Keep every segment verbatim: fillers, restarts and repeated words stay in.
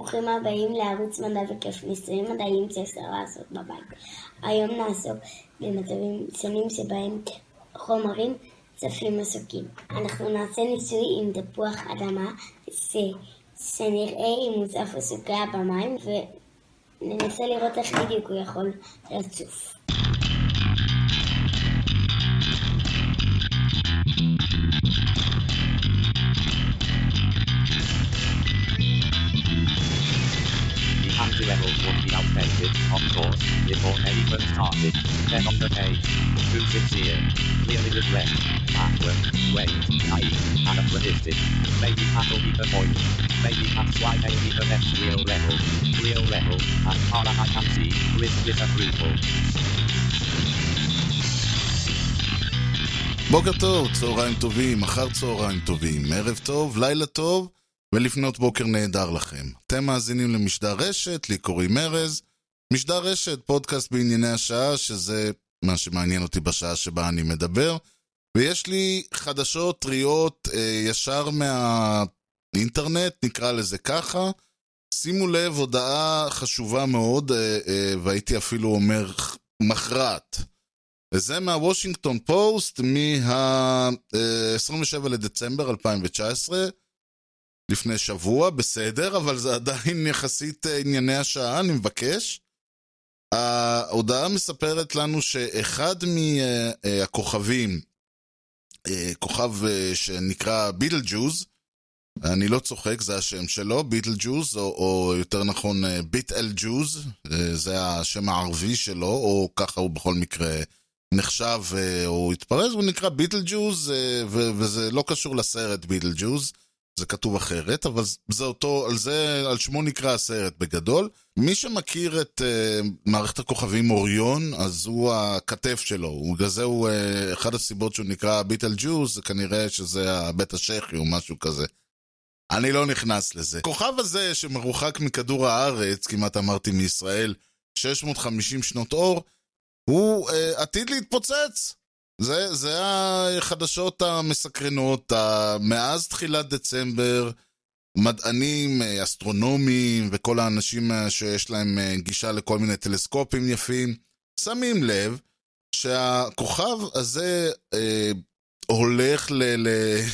ברוכים הבאים לערוץ מדע וכיף, ניסויים מדעיים שאפשר לעשות בבית. היום נעסוק במצבים שונים שבהם חומרים צפים מסוקים. אנחנו נעשה ניסוי עם תפוח אדמה ש... שנראה אם הוא צף או סוקע במים, וננסה לראות איך בדיוק הוא יכול לצוף. The levels would be outdated, of course, before anyone started. Then on the page, too sincere, clearly regret, backward, wait, naive, anachronistic. Maybe that'll be the point. Maybe that's why they need the next real level. Real level, as far as I can see, with disapproval. בוקר טוב, צהריים טובים, אחר צהריים טובים, ערב טוב, לילה טוב, ולפנות בוקר נהדר לכם. אתם מאזינים למשדר רשת, לי קוראים ארז. משדר רשת, פודקאסט בענייני השעה, שזה מה שמעניין אותי בשעה שבה אני מדבר. ויש לי חדשות טריות אה, ישר מהאינטרנט, נקרא לזה ככה. שימו לב, הודעה חשובה מאוד, אה, אה, והייתי אפילו אומר מכרעת. וזה מהוושינגטון פוסט, מה-עשרים ושבעה לדצמבר אלפיים תשע עשרה, לפני שבוע, בסדר, אבל זה עדיין יחסית ענייני השעה, אני מבקש. ההודעה מספרת לנו שאחד מהכוכבים, כוכב שנקרא ביטלג'וז, אני לא צוחק, זה השם שלו, ביטלג'וז, או, או יותר נכון ביטלג'וז, זה השם הערבי שלו, או ככה הוא בכל מקרה נחשב או התפרז, הוא נקרא ביטלג'וז, וזה לא קשור לסרט ביטלג'וז, זה כתוב אחרת, אבל זה אותו, על זה, על שמו נקרא הסרט בגדול. מי שמכיר את uh, מערכת הכוכבים אוריון, אז הוא הכתף שלו, וזה הוא, uh, אחד הסיבות שהוא נקרא ביטלג'וז, זה כנראה שזה הבית השכי או משהו כזה. אני לא נכנס לזה. הכוכב הזה שמרוחק מכדור הארץ, כמעט אמרתי מישראל, שש מאות וחמישים שנות אור, הוא uh, עתיד להתפוצץ. זה, זה החדשות המסקרנות, מאז תחילת דצמבר, מדענים, אסטרונומים וכל האנשים שיש להם גישה לכל מיני טלסקופים יפים, שמים לב שהכוכב הזה אה, הולך ל... ל...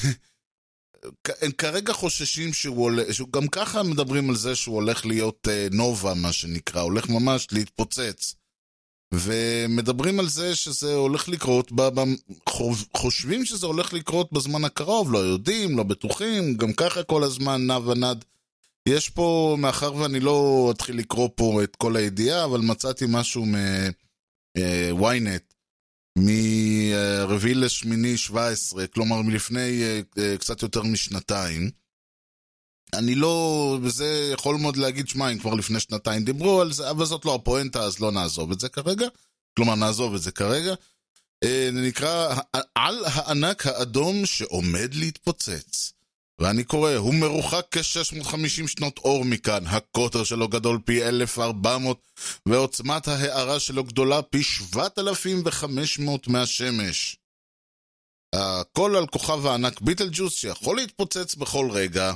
הם כרגע חוששים שהוא הולך, שהוא גם ככה מדברים על זה שהוא הולך להיות אה, נובה, מה שנקרא, הולך ממש להתפוצץ. ומדברים על זה שזה הולך לקרות, חושבים שזה הולך לקרות בזמן הקרוב, לא יודעים, לא בטוחים, גם ככה כל הזמן נע ונד. יש פה, מאחר ואני לא אתחיל לקרוא פה את כל הידיעה, אבל מצאתי משהו מ-Ynet, מ-רביעי לשמיני שבע עשרה, כלומר מלפני קצת יותר משנתיים. אני לא, וזה יכול מאוד להגיד, שמה, אם כבר לפני שנתיים דיברו על זה, אבל זאת לא הפואנטה, אז לא נעזוב את זה כרגע. כלומר, נעזוב את זה כרגע. אה, נקרא, על הענק האדום שעומד להתפוצץ. ואני קורא, הוא מרוחק כ-שש מאות וחמישים שנות אור מכאן. הקוטר שלו גדול פי אלף וארבע מאות, ועוצמת ההארה שלו גדולה פי שבעת אלפים וחמש מאות מהשמש. הכל על כוכב הענק ביטלג'וז, שיכול להתפוצץ בכל רגע.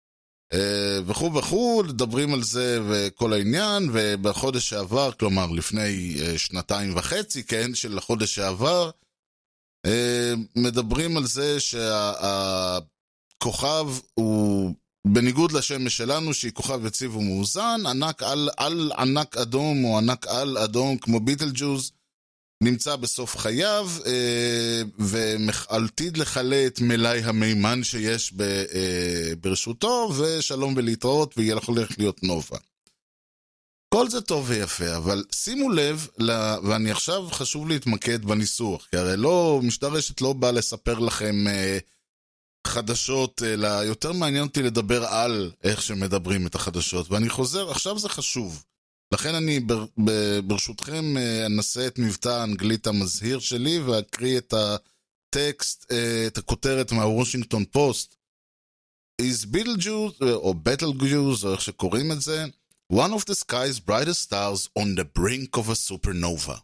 וכו וכו, מדברים על זה וכל העניין, ובחודש שעבר, כלומר לפני שנתיים וחצי, כן, של החודש שעבר, מדברים על זה שהכוכב הוא, בניגוד לשמש שלנו, שהיא כוכב יציב ומאוזן, ענק על, על ענק אדום, או ענק על אדום, כמו ביטלג'וז, נמצא בסוף חייו, ועתיד לחלה את מלאי המימן שיש ברשותו, ושלום ולהתראות, ויהיה לך הולך להיות נובה. כל זה טוב ויפה, אבל שימו לב, ואני עכשיו חשוב להתמקד בניסוח, כי הרי לא, משדר רשת לא בא לספר לכם חדשות, אלא יותר מעניין אותי לדבר על איך שמדברים את החדשות, ואני חוזר, עכשיו זה חשוב. לכן אני ברשותכם אנסה את מבטא האנגלית המזהיר שלי ואקריא את הטקסט, את הכותרת מהוושינגטון פוסט. Is Betelgeuse, או Betelgeuse, או איך שקוראים את זה, one of the sky's brightest stars on the brink of a supernova.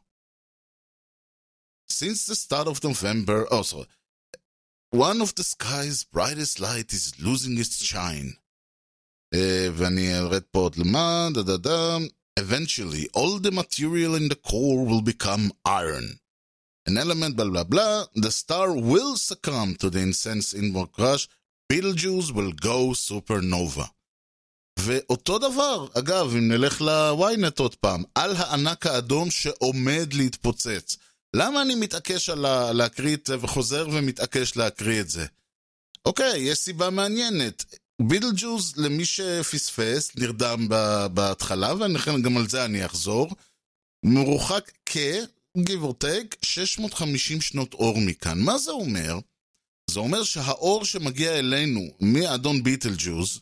Since the start of November, oh sorry, one of the sky's brightest light is losing its shine. ואני ארד פה עוד למה, דה דה דה. Eventually, all the material in the core will become iron. An element, blah, blah, blah. The star will succumb to the intense inward crush. Betelgeuse will go supernova. ואותו דבר, אגב, אם נלך לוויינט עוד פעם, על הענק האדום שעומד להתפוצץ. למה אני מתעקש על להקריא את זה וחוזר ומתעקש להקריא את זה? אוקיי, יש סיבה מעניינת. ביטלג'וז, למי שפספס, נרדם בהתחלה, וגם על זה אני אחזור, מרוחק כ, give or take, שש מאות וחמישים שנות אור מכאן. מה זה אומר? זה אומר שהאור שמגיע אלינו מאדון ביטלג'וז,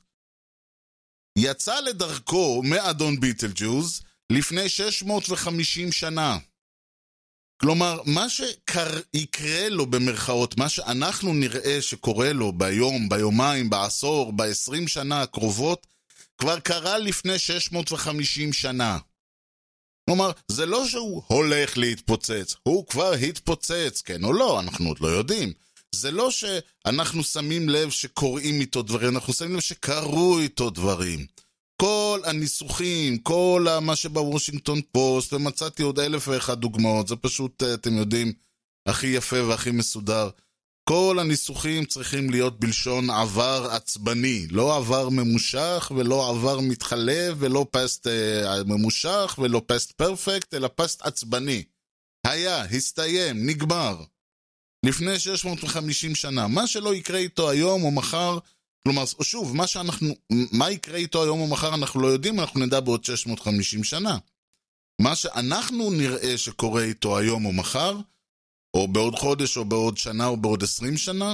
יצא לדרכו מאדון ביטלג'וז לפני שש מאות וחמישים שנה. כלומר, מה שיקרה לו במרכאות, מה שאנחנו נראה שקורה לו ביום, ביומיים, בעשור, בעשרים שנה הקרובות, כבר קרה לפני שש מאות וחמישים שנה. כלומר, זה לא שהוא הולך להתפוצץ, הוא כבר התפוצץ, כן או לא, אנחנו עוד לא יודעים. זה לא שאנחנו שמים לב שקוראים איתו דברים, אנחנו שמים לב שקראו איתו דברים. כל הניסוחים, כל מה שבוושינגטון פוסט, ומצאתי עוד אלף ואחת דוגמאות, זה פשוט, אתם יודעים, הכי יפה והכי מסודר. כל הניסוחים צריכים להיות בלשון עבר עצבני, לא עבר ממושך ולא עבר מתחלב ולא פסט אה, ממושך ולא פסט פרפקט, אלא פסט עצבני. היה, הסתיים, נגמר. לפני שש מאות וחמישים שנה. מה שלא יקרה איתו היום או מחר, כלומר, שוב, מה שאנחנו, מה יקרה איתו היום או מחר אנחנו לא יודעים, אנחנו נדע בעוד שש מאות וחמישים שנה. מה שאנחנו נראה שקורה איתו היום או מחר, או בעוד חודש או בעוד שנה או בעוד עשרים שנה,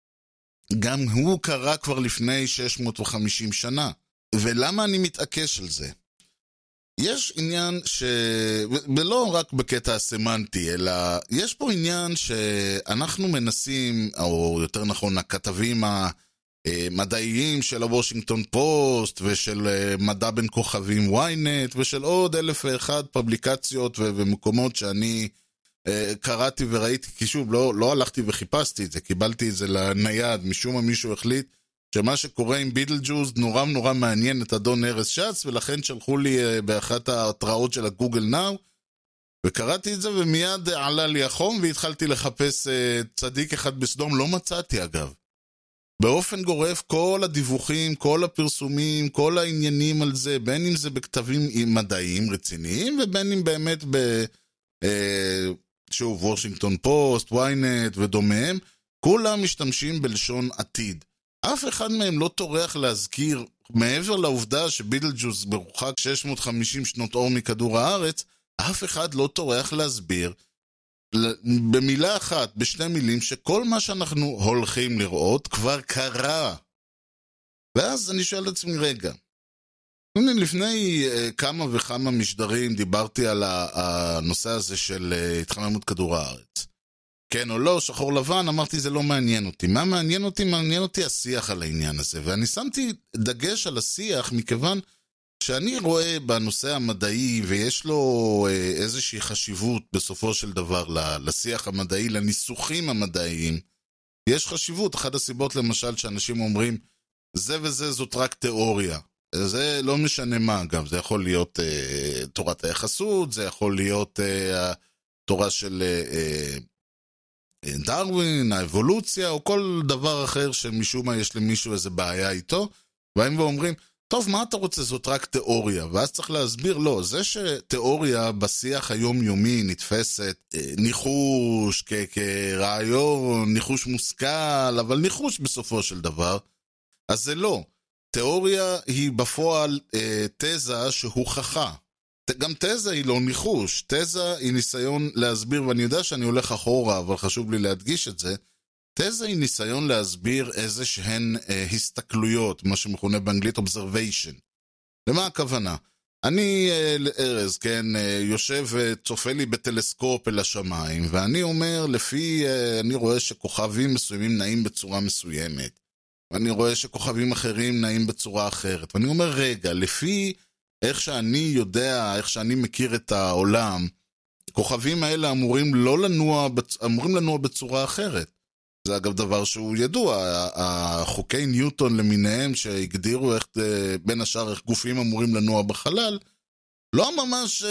גם הוא קרה כבר לפני שש מאות וחמישים שנה. ולמה אני מתעקש על זה? יש עניין ש... ולא רק בקטע הסמנטי, אלא יש פה עניין שאנחנו מנסים, או יותר נכון, הכתבים המדעיים של הוושינגטון פוסט, ושל מדע בין כוכבים וויינט, ושל עוד אלף ואחד פבליקציות ו- ומקומות שאני קראתי וראיתי, כי שוב, לא, לא הלכתי וחיפשתי את זה, קיבלתי את זה לנייד, משום מה מישהו החליט, שמה שקורה עם ביטלג'וז נורא נורא מעניין את אדון ארז שץ, ולכן שלחו לי באחת ההתראות של הגוגל נאו, וקראתי את זה ומיד עלה לי החום, והתחלתי לחפש צדיק אחד בסדום, לא מצאתי אגב. באופן גורף כל הדיווחים, כל הפרסומים, כל העניינים על זה, בין אם זה בכתבים מדעיים רציניים, ובין אם באמת ב... שוב, וושינגטון פוסט, וויינט ודומיהם, כולם משתמשים בלשון עתיד. אף אחד מהם לא טורח להזכיר, מעבר לעובדה שביטלג'וז מרוחק שש מאות וחמישים שנות אור מכדור הארץ, אף אחד לא טורח להסביר, במילה אחת, בשתי מילים, שכל מה שאנחנו הולכים לראות כבר קרה. ואז אני שואל את עצמי, רגע, לפני כמה וכמה משדרים דיברתי על הנושא הזה של התחממות כדור הארץ. כן או לא, שחור לבן, אמרתי זה לא מעניין אותי. מה מעניין אותי? מעניין אותי השיח על העניין הזה. ואני שמתי דגש על השיח מכיוון שאני רואה בנושא המדעי ויש לו איזושהי חשיבות בסופו של דבר לשיח המדעי, לניסוחים המדעיים. יש חשיבות, אחת הסיבות למשל שאנשים אומרים זה וזה זאת רק תיאוריה. זה לא משנה מה אגב, זה יכול להיות uh, תורת היחסות, זה יכול להיות uh, תורה של uh, uh, דרווין, האבולוציה, או כל דבר אחר שמשום מה יש למישהו איזה בעיה איתו, והם ואומרים, טוב, מה אתה רוצה? זאת רק תיאוריה, ואז צריך להסביר, לא, זה שתיאוריה בשיח היומיומי נתפסת uh, ניחוש כ- כרעיון, ניחוש מושכל, אבל ניחוש בסופו של דבר, אז זה לא. תיאוריה היא בפועל אה, תזה שהוכחה. גם תזה היא לא ניחוש. תזה היא ניסיון להסביר, ואני יודע שאני הולך אחורה, אבל חשוב לי להדגיש את זה. תזה היא ניסיון להסביר איזה שהן אה, הסתכלויות, מה שמכונה באנגלית observation. למה הכוונה? אני, אה, ארז, כן, אה, יושב וצופה לי בטלסקופ אל השמיים, ואני אומר, לפי, אה, אני רואה שכוכבים מסוימים נעים בצורה מסוימת. ואני רואה שכוכבים אחרים נעים בצורה אחרת. ואני אומר, רגע, לפי איך שאני יודע, איך שאני מכיר את העולם, כוכבים האלה אמורים לא לנוע, אמורים לנוע בצורה אחרת. זה אגב דבר שהוא ידוע, החוקי ניוטון למיניהם שהגדירו איך, בין השאר איך גופים אמורים לנוע בחלל, לא ממש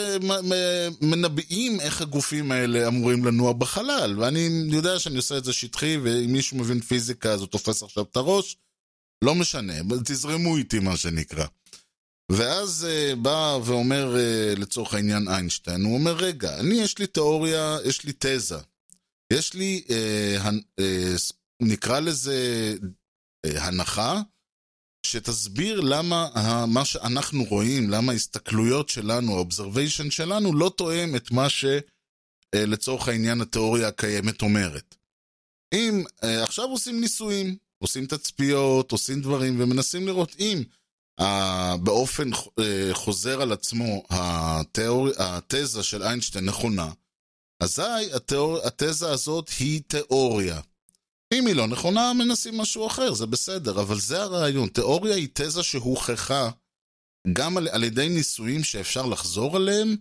מנבאים איך הגופים האלה אמורים לנוע בחלל, ואני יודע שאני עושה את זה שטחי, ואם מישהו מבין פיזיקה אז הוא תופס עכשיו את הראש, לא משנה, תזרמו איתי מה שנקרא. ואז uh, בא ואומר uh, לצורך העניין איינשטיין, הוא אומר רגע, אני יש לי תיאוריה, יש לי תזה, יש לי, uh, uh, נקרא לזה uh, הנחה, שתסביר למה uh, מה שאנחנו רואים, למה ההסתכלויות שלנו, האובזרוויישן שלנו, לא תואם את מה שלצורך uh, העניין התיאוריה הקיימת אומרת. אם uh, עכשיו עושים ניסויים, עושים תצפיות, עושים דברים, ומנסים לראות אם Uh, באופן uh, חוזר על עצמו התיאור... התזה של איינשטיין נכונה, אזי התיאור... התזה הזאת היא תיאוריה. אם היא לא נכונה, מנסים משהו אחר, זה בסדר, אבל זה הרעיון. תיאוריה היא תזה שהוכחה גם על, על ידי ניסויים שאפשר לחזור עליהם,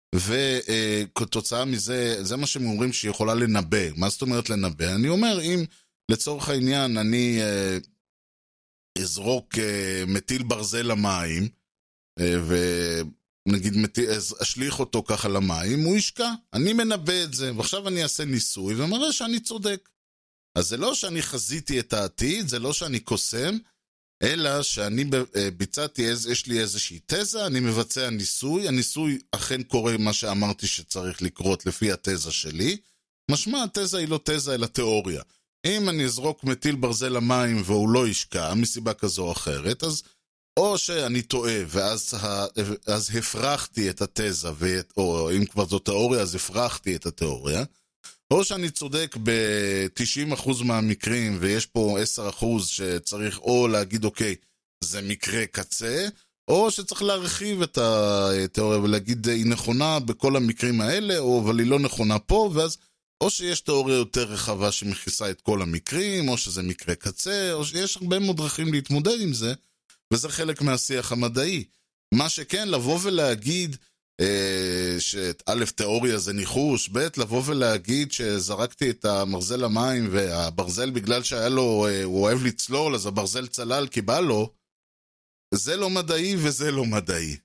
וכתוצאה uh, מזה, זה מה שהם אומרים שהיא יכולה לנבא. מה זאת אומרת לנבא? אני אומר, אם לצורך העניין אני... Uh, אזרוק uh, מטיל ברזל למים, uh, ונגיד מטיל, אשליך אותו ככה למים, הוא ישקע. אני מנבא את זה, ועכשיו אני אעשה ניסוי, ומראה שאני צודק. אז זה לא שאני חזיתי את העתיד, זה לא שאני קוסם, אלא שאני ביצעתי, יש לי איזושהי תזה, אני מבצע ניסוי, הניסוי אכן קורה מה שאמרתי שצריך לקרות לפי התזה שלי, משמע התזה היא לא תזה אלא תיאוריה. אם אני אזרוק מטיל ברזל למים והוא לא ישקע מסיבה כזו או אחרת, אז או שאני טועה ואז אז הפרחתי את התזה, או אם כבר זו תיאוריה אז הפרחתי את התיאוריה, או שאני צודק ב-תשעים אחוז מהמקרים ויש פה עשרה אחוז שצריך או להגיד אוקיי, זה מקרה קצה, או שצריך להרחיב את התיאוריה ולהגיד היא נכונה בכל המקרים האלה, או אבל היא לא נכונה פה, ואז או שיש תיאוריה יותר רחבה שמכיסה את כל המקרים, או שזה מקרה קצה, או שיש הרבה מאוד דרכים להתמודד עם זה, וזה חלק מהשיח המדעי. מה שכן, לבוא ולהגיד אה, שא' תיאוריה זה ניחוש, ב' לבוא ולהגיד שזרקתי את המרזל למים, והברזל בגלל שהיה לו, אה, הוא אוהב לצלול, אז הברזל צלל כי בא לו, זה לא מדעי וזה לא מדעי.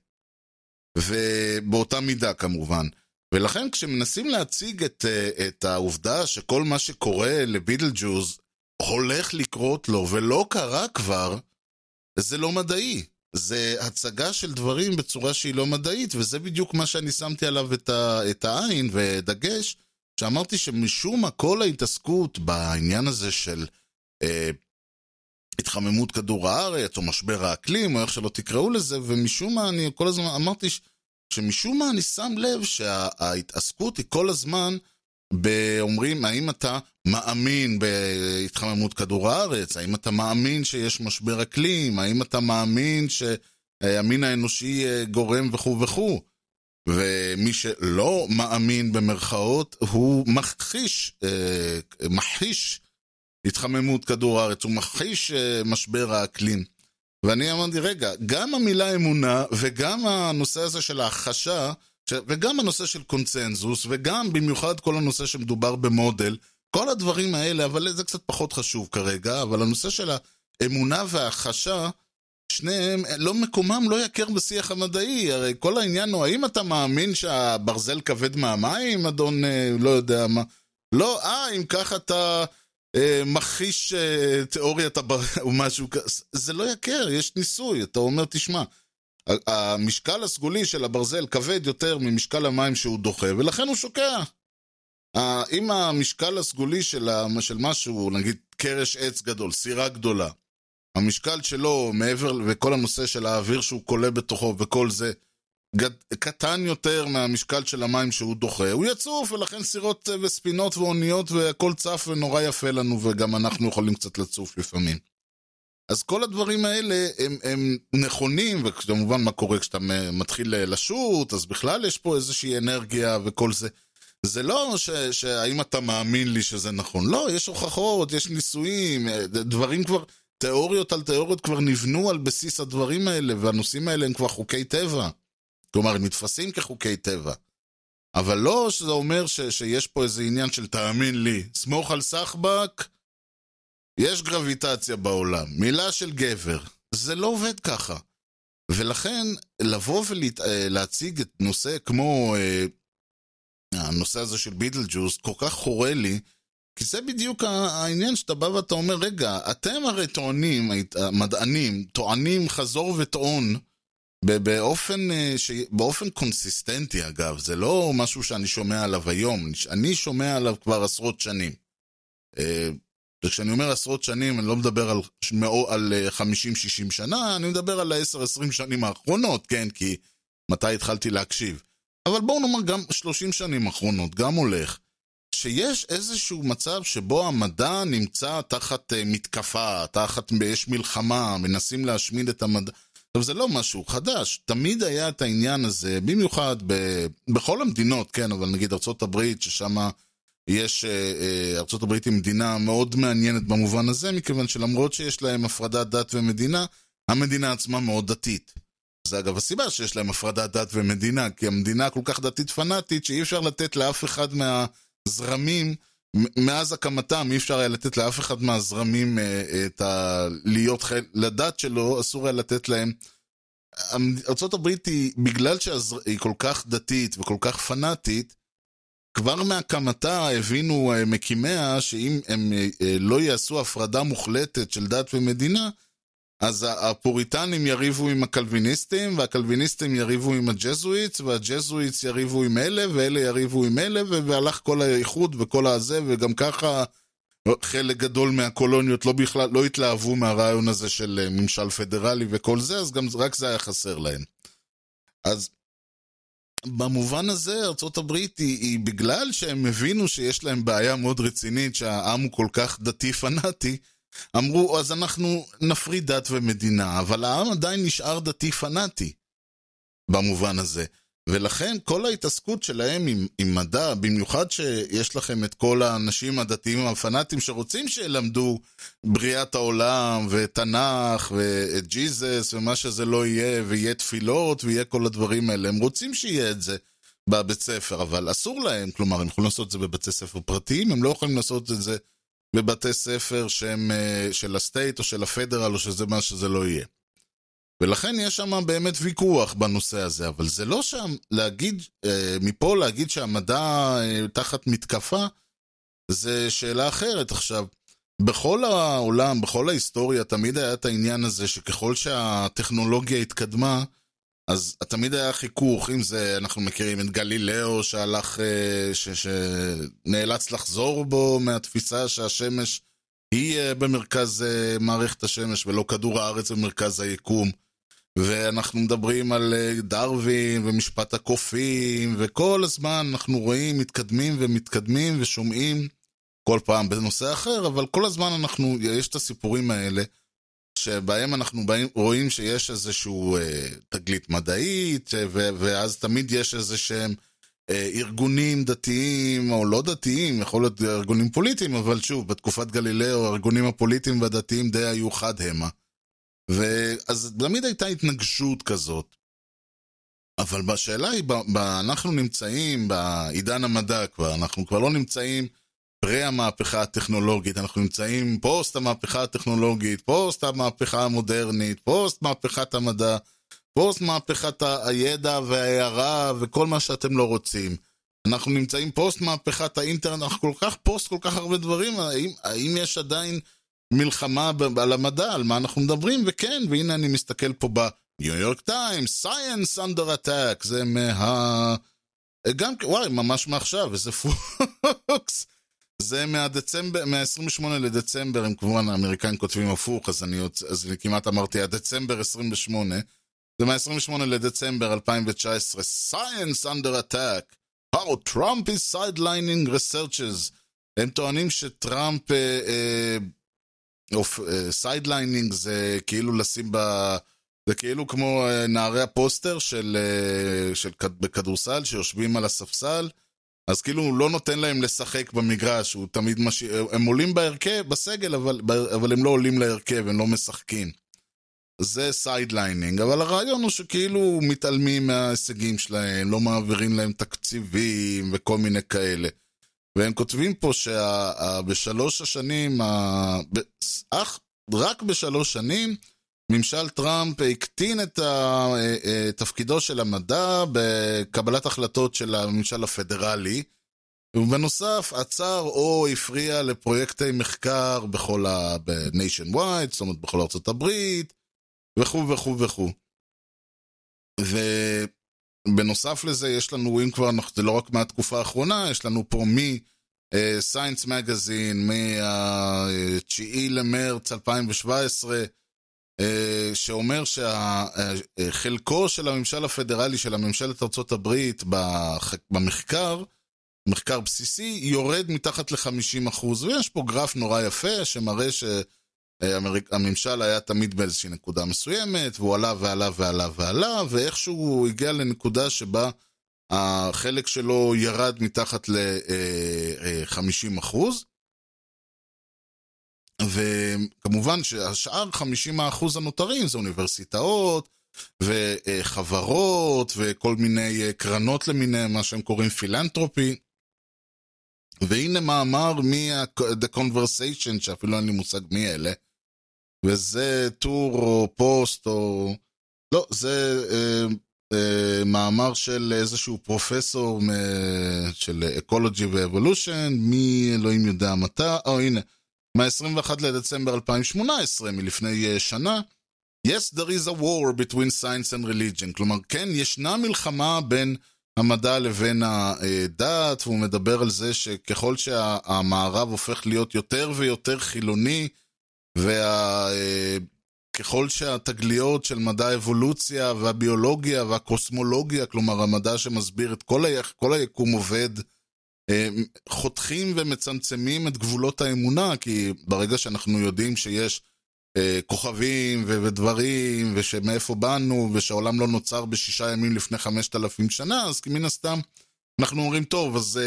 ובאותה מידה כמובן. ולכן כשמנסים להציג את, את העובדה שכל מה שקורה לביטלג'וז הולך לקרות לו ולא קרה כבר, זה לא מדעי. זה הצגה של דברים בצורה שהיא לא מדעית, וזה בדיוק מה שאני שמתי עליו את, ה, את העין ודגש, שאמרתי שמשום מה כל ההתעסקות בעניין הזה של אה, התחממות כדור הארץ או משבר האקלים או איך שלא תקראו לזה, ומשום מה אני כל הזמן אמרתי ש... שמשום מה אני שם לב שההתעסקות היא כל הזמן באומרים, האם אתה מאמין בהתחממות כדור הארץ, האם אתה מאמין שיש משבר אקלים, האם אתה מאמין שהמין האנושי גורם וכו' וכו'. ומי שלא מאמין במרכאות הוא מכחיש, מכחיש התחממות כדור הארץ, הוא מכחיש משבר האקלים. ואני אמרתי, רגע, גם המילה אמונה, וגם הנושא הזה של ההחשה, וגם הנושא של קונצנזוס, וגם במיוחד כל הנושא שמדובר במודל, כל הדברים האלה, אבל זה קצת פחות חשוב כרגע, אבל הנושא של האמונה וההחשה, שניהם, לא מקומם לא יכר בשיח המדעי, הרי כל העניין הוא, האם אתה מאמין שהברזל כבד מהמים, אדון, לא יודע מה, לא, אה, אם ככה אתה... מכחיש תיאוריית או משהו כזה, זה לא יקר, יש ניסוי, אתה אומר תשמע, המשקל הסגולי של הברזל כבד יותר ממשקל המים שהוא דוחה, ולכן הוא שוקע. אם המשקל הסגולי של משהו, נגיד קרש עץ גדול, סירה גדולה, המשקל שלו מעבר, וכל הנושא של האוויר שהוא קולה בתוכו וכל זה, קטן יותר מהמשקל של המים שהוא דוחה, הוא יצוף, ולכן סירות וספינות ואוניות והכל צף ונורא יפה לנו, וגם אנחנו יכולים קצת לצוף לפעמים. אז כל הדברים האלה הם, הם נכונים, וכמובן מה קורה כשאתה מתחיל לשוט, אז בכלל יש פה איזושהי אנרגיה וכל זה. זה לא ש, שהאם אתה מאמין לי שזה נכון, לא, יש הוכחות, יש ניסויים, דברים כבר, תיאוריות על תיאוריות כבר נבנו על בסיס הדברים האלה, והנושאים האלה הם כבר חוקי טבע. כלומר, הם מתפסים כחוקי טבע. אבל לא שזה אומר ש, שיש פה איזה עניין של תאמין לי, סמוך על סחבק, יש גרביטציה בעולם, מילה של גבר, זה לא עובד ככה. ולכן לבוא ולהציג את נושא כמו אה, הנושא הזה של ביטלג'וס כל כך חורה לי, כי זה בדיוק העניין שאתה בא ואתה אומר, רגע, אתם הרי טוענים, המדענים, טוענים חזור וטעון, באופן, באופן קונסיסטנטי אגב, זה לא משהו שאני שומע עליו היום, אני שומע עליו כבר עשרות שנים. וכשאני אומר עשרות שנים, אני לא מדבר על, על חמישים שישים שנה, אני מדבר על ה-עשר עשרים שנים האחרונות, כן, כי מתי התחלתי להקשיב. אבל בואו נאמר גם שלושים שנים האחרונות, גם הולך. שיש איזשהו מצב שבו המדע נמצא תחת מתקפה, תחת יש מלחמה, מנסים להשמיד את המדע. עכשיו זה לא משהו חדש, תמיד היה את העניין הזה, במיוחד ב... בכל המדינות, כן, אבל נגיד ארצות הברית, ששם יש, ארצות הברית היא מדינה מאוד מעניינת במובן הזה, מכיוון שלמרות שיש להם הפרדת דת ומדינה, המדינה עצמה מאוד דתית. זה אגב הסיבה שיש להם הפרדת דת ומדינה, כי המדינה כל כך דתית פנאטית, שאי אפשר לתת לאף אחד מהזרמים, מאז הקמתם, אי אפשר היה לתת לאף אחד מהזרמים את ה... להיות חל... לדת שלו, אסור היה לתת להם. ארצות הברית היא, בגלל שהיא כל כך דתית וכל כך פנאטית, כבר מהקמתה הבינו מקימיה שאם הם לא יעשו הפרדה מוחלטת של דת ומדינה, אז הפוריטנים יריבו עם הקלוויניסטים, והקלוויניסטים יריבו עם הג'זואיטס, והג'זואיטס יריבו עם אלה, ואלה יריבו עם אלה, והלך כל האיחוד וכל הזה, וגם ככה חלק גדול מהקולוניות לא בכלל, לא התלהבו מהרעיון הזה של ממשל פדרלי וכל זה, אז גם רק זה היה חסר להם. אז במובן הזה ארצות הברית היא, היא בגלל שהם הבינו שיש להם בעיה מאוד רצינית, שהעם הוא כל כך דתי פנאטי, אמרו, אז אנחנו נפריד דת ומדינה, אבל העם עדיין נשאר דתי פנאטי, במובן הזה. ולכן כל ההתעסקות שלהם עם, עם מדע, במיוחד שיש לכם את כל האנשים הדתיים הפנאטים שרוצים שילמדו בריאת העולם ותנ"ך ואת ג'יזס ומה שזה לא יהיה, ויהיה תפילות ויהיה כל הדברים האלה, הם רוצים שיהיה את זה בבית ספר, אבל אסור להם, כלומר הם יכולים לעשות את זה בבתי ספר פרטיים, הם לא יכולים לעשות את זה בבתי ספר שהם של הסטייט או של הפדרל או שזה מה שזה לא יהיה. ולכן יש שם באמת ויכוח בנושא הזה, אבל זה לא שם להגיד, מפה להגיד שהמדע תחת מתקפה, זה שאלה אחרת. עכשיו, בכל העולם, בכל ההיסטוריה, תמיד היה את העניין הזה שככל שהטכנולוגיה התקדמה, אז תמיד היה חיכוך, אם זה, אנחנו מכירים את גלילאו שהלך, ש, שנאלץ לחזור בו מהתפיסה שהשמש היא במרכז מערכת השמש ולא כדור הארץ במרכז היקום. ואנחנו מדברים על דרווין ומשפט הקופים, וכל הזמן אנחנו רואים, מתקדמים ומתקדמים ושומעים כל פעם בנושא אחר, אבל כל הזמן אנחנו, יש את הסיפורים האלה, שבהם אנחנו באים, רואים שיש איזשהו אה, תגלית מדעית, ו, ואז תמיד יש איזשהם אה, ארגונים דתיים או לא דתיים, יכול להיות ארגונים פוליטיים, אבל שוב, בתקופת גלילאו, הארגונים הפוליטיים והדתיים די היו חד המה. ואז תמיד הייתה התנגשות כזאת. אבל בשאלה היא, ב, ב, אנחנו נמצאים בעידן המדע כבר, אנחנו כבר לא נמצאים פרי המהפכה הטכנולוגית, אנחנו נמצאים פוסט המהפכה הטכנולוגית, פוסט המהפכה המודרנית, פוסט מהפכת המדע, פוסט מהפכת הידע וההערה וכל מה שאתם לא רוצים. אנחנו נמצאים פוסט מהפכת האינטרנט, אנחנו כל כך פוסט, כל כך הרבה דברים, האם, האם יש עדיין מלחמה על המדע, על מה אנחנו מדברים? וכן, והנה אני מסתכל פה בניו יורק טיימס, Science Under Attack, זה מה... גם, וואי, ממש מעכשיו, איזה פוקס. זה מהדצמבר, מה-עשרים ושמונה לדצמבר, הם כמובן האמריקאים כותבים הפוך, אז אני, אז אני כמעט אמרתי, הדצמבר עשרים ושמונה, זה מה-עשרים ושמונה לדצמבר אלפיים תשע עשרה, Science Under Attack, How Trump is sidelining researchers. הם טוענים שטראמפ, אה, אה, סיידליינינג זה כאילו לשים ב... זה כאילו כמו נערי הפוסטר של, של בכדורסל שיושבים על הספסל, אז כאילו הוא לא נותן להם לשחק במגרש, הוא תמיד מש... הם עולים בהרכב, בסגל, אבל, אבל הם לא עולים להרכב, הם לא משחקים. זה סיידליינינג, אבל הרעיון הוא שכאילו מתעלמים מההישגים שלהם, לא מעבירים להם תקציבים וכל מיני כאלה. והם כותבים פה שבשלוש השנים, אך רק בשלוש שנים, ממשל טראמפ הקטין את תפקידו של המדע בקבלת החלטות של הממשל הפדרלי, ובנוסף עצר או הפריע לפרויקטי מחקר בכל ה... ב-Nationwide, זאת אומרת בכל ארצות הברית, וכו' וכו' וכו'. ובנוסף לזה יש לנו, אם כבר, זה לא רק מהתקופה האחרונה, יש לנו פה מ-Science Magazine, מה-תשיעי למרץ אלפיים שבע עשרה, שאומר שחלקו של הממשל הפדרלי של הממשלת ארצות הברית במחקר, מחקר בסיסי, יורד מתחת ל-חמישים אחוז, ויש פה גרף נורא יפה שמראה שהממשל היה תמיד באיזושהי נקודה מסוימת, והוא עלה ועלה ועלה ועלה, ואיכשהו הוא הגיע לנקודה שבה החלק שלו ירד מתחת ל-חמישים אחוז, וכמובן שהשאר חמישים אחוז הנותרים זה אוניברסיטאות וחברות וכל מיני קרנות למיניהם, מה שהם קוראים פילנטרופי. והנה מאמר מ-The Conversation, שאפילו אין לי מושג מי אלה, וזה טור או פוסט או... לא, זה אה, אה, מאמר של איזשהו פרופסור מ- של Ecology ו-Evolution, מי אלוהים יודע מתי, או הנה, מה-עשרים ואחד לדצמבר אלפיים שמונה עשרה, מלפני שנה, Yes, there is a war between science and religion. כלומר, כן, ישנה מלחמה בין המדע לבין הדת, והוא מדבר על זה שככל שהמערב הופך להיות יותר ויותר חילוני, וככל שהתגליות של מדע האבולוציה והביולוגיה והקוסמולוגיה, כלומר המדע שמסביר את כל, ה... כל היקום עובד, חותכים ומצמצמים את גבולות האמונה, כי ברגע שאנחנו יודעים שיש כוכבים ודברים, ושמאיפה באנו, ושהעולם לא נוצר בשישה ימים לפני חמשת אלפים שנה, אז מן הסתם אנחנו אומרים, טוב, אז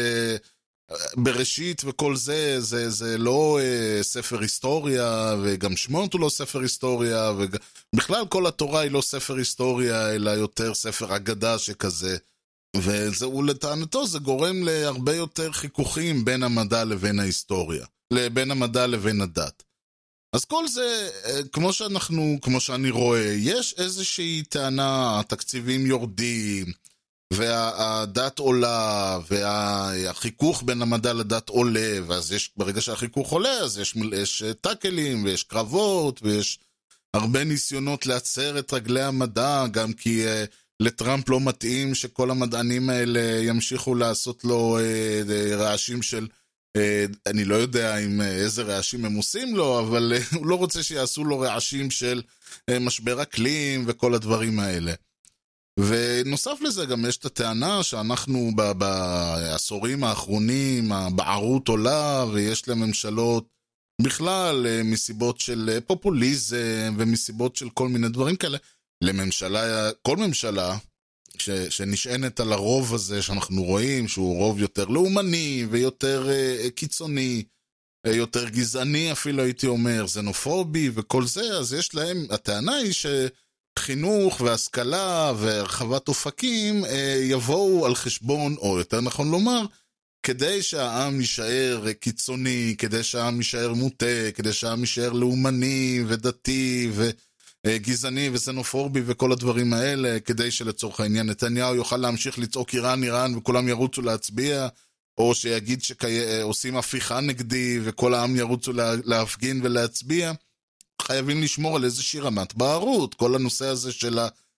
בראשית וכל זה, זה, זה לא ספר היסטוריה, וגם שמות הוא לא ספר היסטוריה, ובכלל כל התורה היא לא ספר היסטוריה, אלא יותר ספר אגדה שכזה, וזהו לטענתו, זה גורם להרבה יותר חיכוכים בין המדע לבין ההיסטוריה, בין המדע לבין הדת. אז כל זה, כמו שאנחנו, כמו שאני רואה, יש איזושהי טענה, התקציבים יורדים, והדת עולה, והחיכוך בין המדע לדת עולה, ואז יש, ברגע שהחיכוך עולה, אז יש, יש טאקלים, ויש קרבות, ויש הרבה ניסיונות לעצר את רגלי המדע, גם כי uh, לטראמפ לא מתאים שכל המדענים האלה ימשיכו לעשות לו uh, רעשים של... אני לא יודע עם איזה רעשים הם עושים לו, אבל הוא לא רוצה שיעשו לו רעשים של משבר אקלים וכל הדברים האלה. ונוסף לזה גם יש את הטענה שאנחנו בעשורים האחרונים, הבערות עולה, ויש לממשלות בכלל מסיבות של פופוליזם ומסיבות של כל מיני דברים כאלה. לממשלה, כל ממשלה, ש, שנשענת על הרוב הזה שאנחנו רואים, שהוא רוב יותר לאומני ויותר uh, קיצוני, uh, יותר גזעני אפילו הייתי אומר, זנופובי וכל זה, אז יש להם, הטענה היא שחינוך והשכלה והרחבת אופקים uh, יבואו על חשבון, או יותר נכון לומר, כדי שהעם יישאר קיצוני, כדי שהעם יישאר מוטה, כדי שהעם יישאר לאומני ודתי ו... גזעני וסנופורבי וכל הדברים האלה, כדי שלצורך העניין נתניהו יוכל להמשיך לצעוק איראן איראן וכולם ירוצו להצביע, או שיגיד שעושים הפיכה נגדי וכל העם ירוצו להפגין ולהצביע. חייבים לשמור על איזושהי רמת בערות. כל הנושא הזה של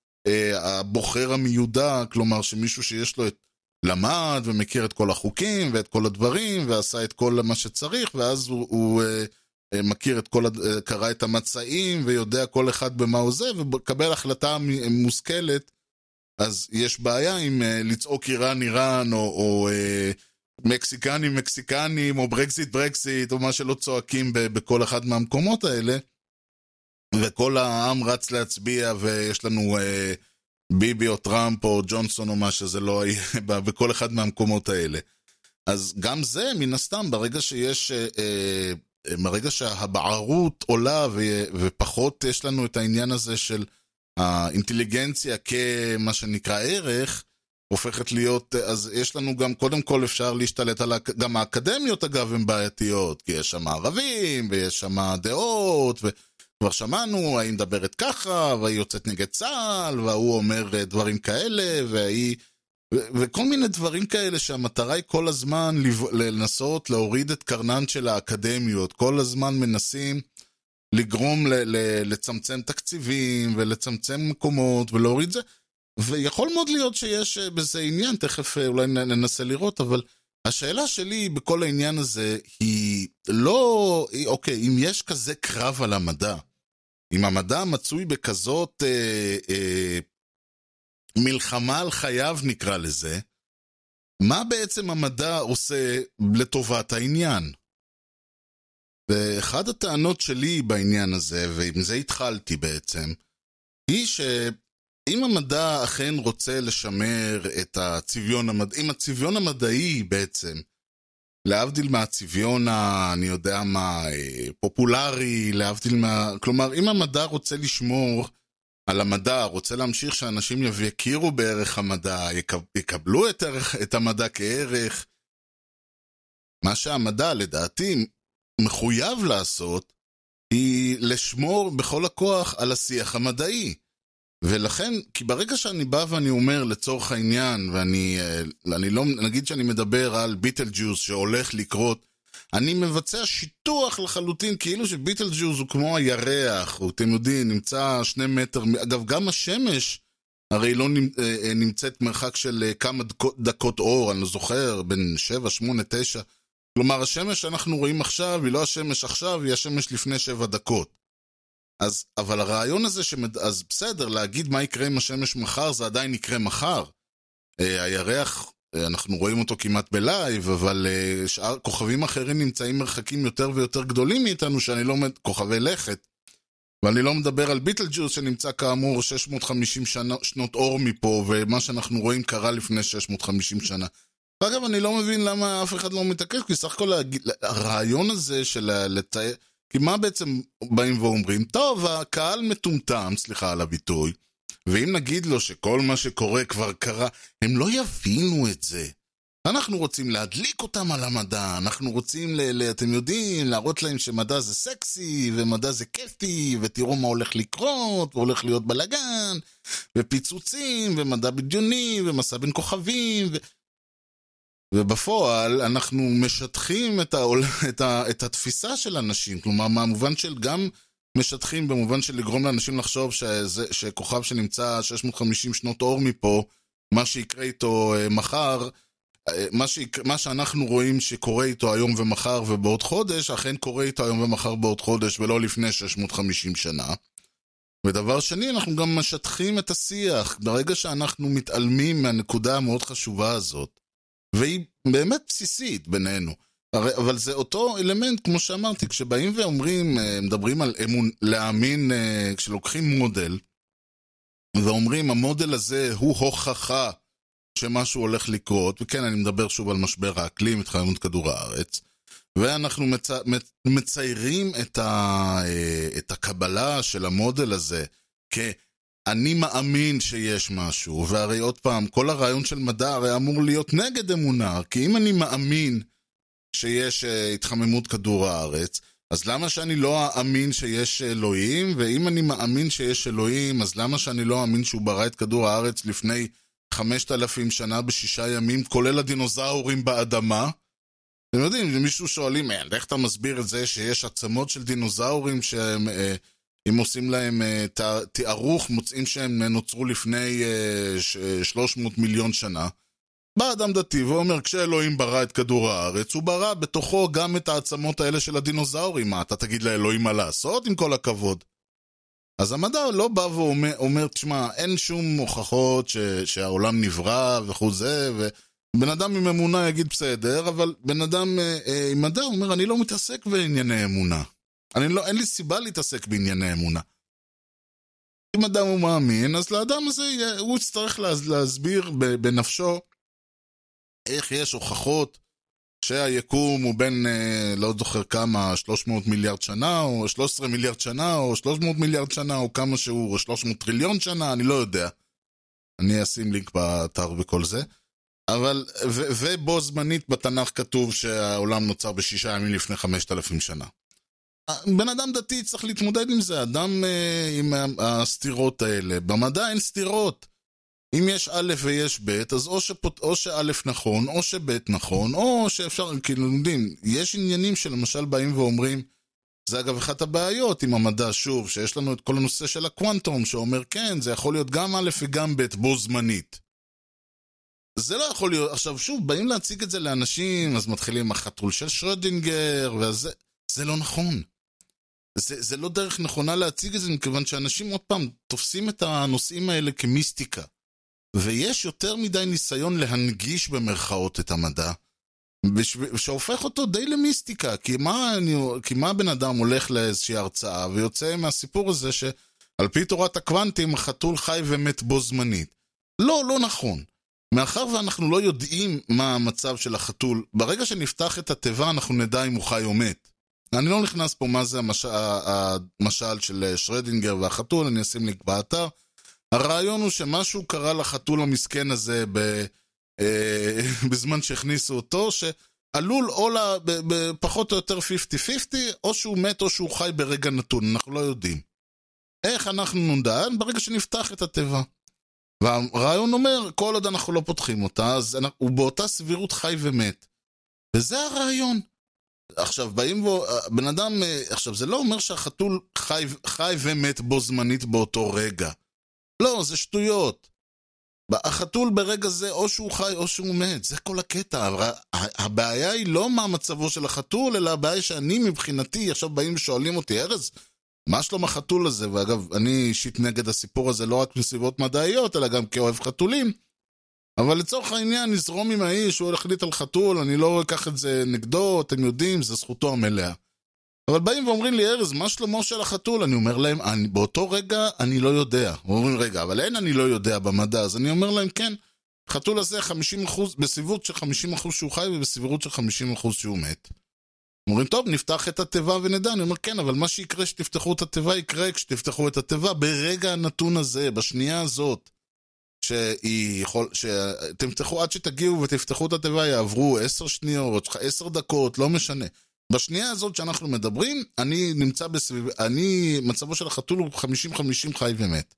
הבוחר המיודע, כלומר שמישהו שיש לו את למד ומכיר את כל החוקים ואת כל הדברים ועשה את כל מה שצריך, ואז הוא, הוא מכיר את כל, קרא את המצעים ויודע כל אחד במה הוא זה, וקבל החלטה מושכלת. אז יש בעיה עם לצעוק איראן איראן, או, או מקסיקנים מקסיקנים, או ברקזיט ברקזיט, או מה שלא צועקים בכל אחד מהמקומות האלה, וכל העם רץ להצביע, ויש לנו ביבי או טראמפ או ג'ונסון או מה שזה לא יהיה, בכל אחד מהמקומות האלה. אז גם זה מן הסתם, ברגע שיש... ברגע שהבערות עולה ופחות יש לנו את העניין הזה של האינטליגנציה כמה שנקרא ערך, הופכת להיות, אז יש לנו גם, קודם כל אפשר להשתלט על, גם האקדמיות אגב הן בעייתיות, כי יש שם ערבים, ויש שם דעות, וכבר שמענו, היא מדברת ככה, והיא יוצאת נגד צה"ל, והוא אומר דברים כאלה, והיא, ו- וכל מיני דברים כאלה שהמטרה היא כל הזמן לנסות להוריד את קרנן של האקדמיות, כל הזמן מנסים לגרום ל- ל- לצמצם תקציבים, ולצמצם מקומות, ולהוריד זה, ויכול מאוד להיות שיש בזה עניין, תכף אולי ננסה לראות, אבל השאלה שלי בכל העניין הזה היא לא, אוקיי, אם יש כזה קרב על המדע, אם המדע מצוי בכזאת אה, אה, מלחמה על חייו נקרא לזה, מה בעצם המדע עושה לטובת העניין? ואחד הטענות שלי בעניין הזה, ועם זה התחלתי בעצם, היא ש... אם המדע אכן רוצה לשמר את הצביון המדעי, אם הצביון המדעי בעצם, להבדיל מהצביון, אני יודע מה, פופולרי, להבדיל מה... כלומר, אם המדע רוצה לשמור על המדע, רוצה להמשיך שאנשים יכירו בערך המדע, יקבלו את, ערך, את המדע כערך, מה שהמדע לדעתי מחויב לעשות, היא לשמור בכל הכוח על השיח המדעי. ולכן, כי ברגע שאני בא ואני אומר לצורך העניין, ואני אני לא, נגיד שאני מדבר על ביטלג'וס שהולך לקרות, אני מבצע שיתוח לחלוטין, כאילו שביטלג'וס הוא כמו הירח, או אתם יודעים, נמצא שני מטר, אגב גם השמש הרי לא נמצאת מרחק של כמה דקות, דקות אור, אני לא זוכר, בין שבע, שמונה, תשע, כלומר השמש שאנחנו רואים עכשיו, היא לא השמש עכשיו, היא השמש לפני שבע דקות. אז, אבל הרעיון הזה, שמד... אז בסדר, להגיד מה יקרה עם השמש מחר, זה עדיין יקרה מחר. אה, הירח, אה, אנחנו רואים אותו כמעט בלייב, אבל אה, שאר כוכבים אחרים נמצאים מרחקים יותר ויותר גדולים מאיתנו, שאני לא, כוכבי לכת. ואני לא מדבר על ביטלג'וס, שנמצא כאמור שש מאות וחמישים שנה, שנות אור מפה, ומה שאנחנו רואים קרה לפני שש מאות וחמישים שנה. ואגב, אני לא מבין למה אף אחד לא מתעקש, כי סך הכל הרעיון הזה של לתאר, כי מה בעצם באים ואומרים? טוב, הקהל מטומטם, סליחה על הביטוי, ואם נגיד לו שכל מה שקורה כבר קרה, הם לא יבינו את זה. אנחנו רוצים להדליק אותם על המדע, אנחנו רוצים, ל- ל- אתם יודעים, להראות להם שמדע זה סקסי, ומדע זה כיפי, ותראו מה הולך לקרות, והולך להיות בלגן, ופיצוצים, ומדע בדיוני, ומסע בין כוכבים, ו... ובפועל אנחנו משטחים את, העול... את, ה... את התפיסה של אנשים, כלומר, מהמובן של גם משטחים, במובן של לגרום לאנשים לחשוב שזה... שכוכב שנמצא שש מאות וחמישים שנות אור מפה, מה שיקרה איתו מחר, מה, שיקרה... מה שאנחנו רואים שקורה איתו היום ומחר ובעוד חודש, אכן קורה איתו היום ומחר בעוד חודש, ולא לפני שש מאות וחמישים שנה. ודבר שני, אנחנו גם משטחים את השיח, ברגע שאנחנו מתעלמים מהנקודה המאוד חשובה הזאת. והיא באמת בסיסית בינינו, אבל זה אותו אלמנט, כמו שאמרתי, כשבאים ואומרים, מדברים על אמון, להאמין, כשלוקחים מודל, ואומרים, המודל הזה הוא הוכחה שמשהו הולך לקרות, וכן, אני מדבר שוב על משבר האקלים, התחממות כדור הארץ, ואנחנו מצ... מציירים את, ה... את הקבלה של המודל הזה, כ... אני מאמין שיש משהו, והרי עוד פעם, כל הרעיון של מדע הרי אמור להיות נגד אמונה, כי אם אני מאמין שיש uh, התחממות כדור הארץ, אז למה שאני לא אאמין שיש אלוהים, ואם אני מאמין שיש אלוהים, אז למה שאני לא אאמין שהוא ברא את כדור הארץ לפני חמשת אלפים שנה בשישה ימים, כולל הדינוזאורים באדמה? אתם יודעים, מישהו שואלים, איך אתה מסביר את זה שיש עצמות של דינוזאורים שהם... Uh, אם עושים להם uh, תארוך, מוצאים שהם נוצרו לפני uh, שלוש מאות מיליון שנה. בא אדם דתי ואומר, כשאלוהים ברא את כדור הארץ, הוא ברא בתוכו גם את העצמות האלה של הדינוזאורים. מה, אתה תגיד לאלוהים מה לעשות עם כל הכבוד? אז המדע לא בא ואומר, אומר, תשמע, אין שום הוכחות ש, שהעולם נברא וכו' זה, ובן אדם עם אמונה יגיד בסדר, אבל בן אדם uh, uh, עם מדע אומר, אני לא מתעסק בענייני אמונה. אני לא, אין לי סיבה להתעסק בענייני אמונה. אם אדם הוא מאמין, אז לאדם הזה הוא יצטרך להסביר בנפשו איך יש הוכחות שהיקום הוא בין, לא זוכר כמה, שלוש מאות מיליארד שנה, או שלוש עשרה מיליארד שנה, או שלוש מאות מיליארד שנה, או כמה שהוא, או שלוש מאות טריליון שנה, אני לא יודע. אני אשים לינק באתר וכל זה. אבל, ו, ובו זמנית בתנ"ך כתוב שהעולם נוצר בשישה ימים לפני חמשת אלפים שנה. בן אדם דתי צריך להתמודד עם זה, אדם אה, עם הסתירות האלה. במדע אין סתירות. אם יש א' ויש ב', אז או, שפות, או שא' נכון, או שב' נכון, או שאפשר, כאילו, יודעים, יש עניינים שלמשל באים ואומרים, זה אגב אחת הבעיות עם המדע, שוב, שיש לנו את כל הנושא של הקוונטום, שאומר, כן, זה יכול להיות גם א' וגם ב' בו זמנית. זה לא יכול להיות, עכשיו שוב, באים להציג את זה לאנשים, אז מתחילים החתול של שרודינגר, וזה, זה לא נכון. זה, זה לא דרך נכונה להציג את זה, מכיוון שאנשים עוד פעם תופסים את הנושאים האלה כמיסטיקה. ויש יותר מדי ניסיון להנגיש במרכאות את המדע, שהופך אותו די למיסטיקה, כי מה, אני, כי מה בן אדם הולך לאיזושהי הרצאה, ויוצא מהסיפור הזה שעל פי תורת הקוונטים, החתול חי ומת בו זמנית. לא, לא נכון. מאחר ואנחנו לא יודעים מה המצב של החתול, ברגע שנפתח את התיבה אנחנו נדע אם הוא חי או מת. אני לא נכנס פה מה זה המשל, המשל של שרדינגר והחתול, אני אשים לינק באתר. הרעיון הוא שמשהו קרה לחתול המסכן הזה ב, אה, בזמן שהכניסו אותו, שעלול או לה, בפחות או יותר חמישים חמישים, או שהוא מת או שהוא חי ברגע נתון, אנחנו לא יודעים. איך אנחנו נדע? ברגע שנפתח את התיבה. והרעיון אומר, כל עוד אנחנו לא פותחים אותה, אז הוא באותה סבירות חי ומת. וזה הרעיון. עכשיו, באים בו, בן אדם, עכשיו, זה לא אומר שהחתול חי, חי ומת בו זמנית באותו רגע. לא, זה שטויות. החתול ברגע זה, או שהוא חי או שהוא מת. זה כל הקטע. הבעיה היא לא מה מצבו של החתול, אלא הבעיה שאני מבחינתי, עכשיו באים ושואלים אותי, ארז, מה שלום החתול הזה? ואגב, אני אישית נגד הסיפור הזה לא רק מסיבות מדעיות, אלא גם כאוהב חתולים. אבל לצורך העניין, נזרום עם האיש, הוא הולך להחליט על חתול, אני לא אקח את זה נגדו, אתם יודעים, זה זכותו המלאה. אבל באים ואומרים לי, ארז, מה שלומו של החתול? אני אומר להם, אני, באותו רגע אני לא יודע. אומרים, רגע, אבל אין אני לא יודע במדע, אז אני אומר להם, כן, חתול הזה חמישים אחוז, בסבירות של חמישים אחוז שהוא חי, ובסבירות של חמישים אחוז שהוא מת. אומרים, טוב, נפתח את התיבה ונדע. אני אומר, כן, אבל מה שיקרה שתפתחו את התיבה יקרה כשתפתחו את התיבה ברגע הנתון הזה, בשנייה הזאת, שהיא יכול, שתפתחו עד שתגיעו ותפתחו את התיבה, יעברו עשר שניות, עשר דקות, לא משנה. בשנייה הזאת שאנחנו מדברים, אני נמצא בסביב, אני, מצבו של החתול הוא חמישים חמישים חי ומת.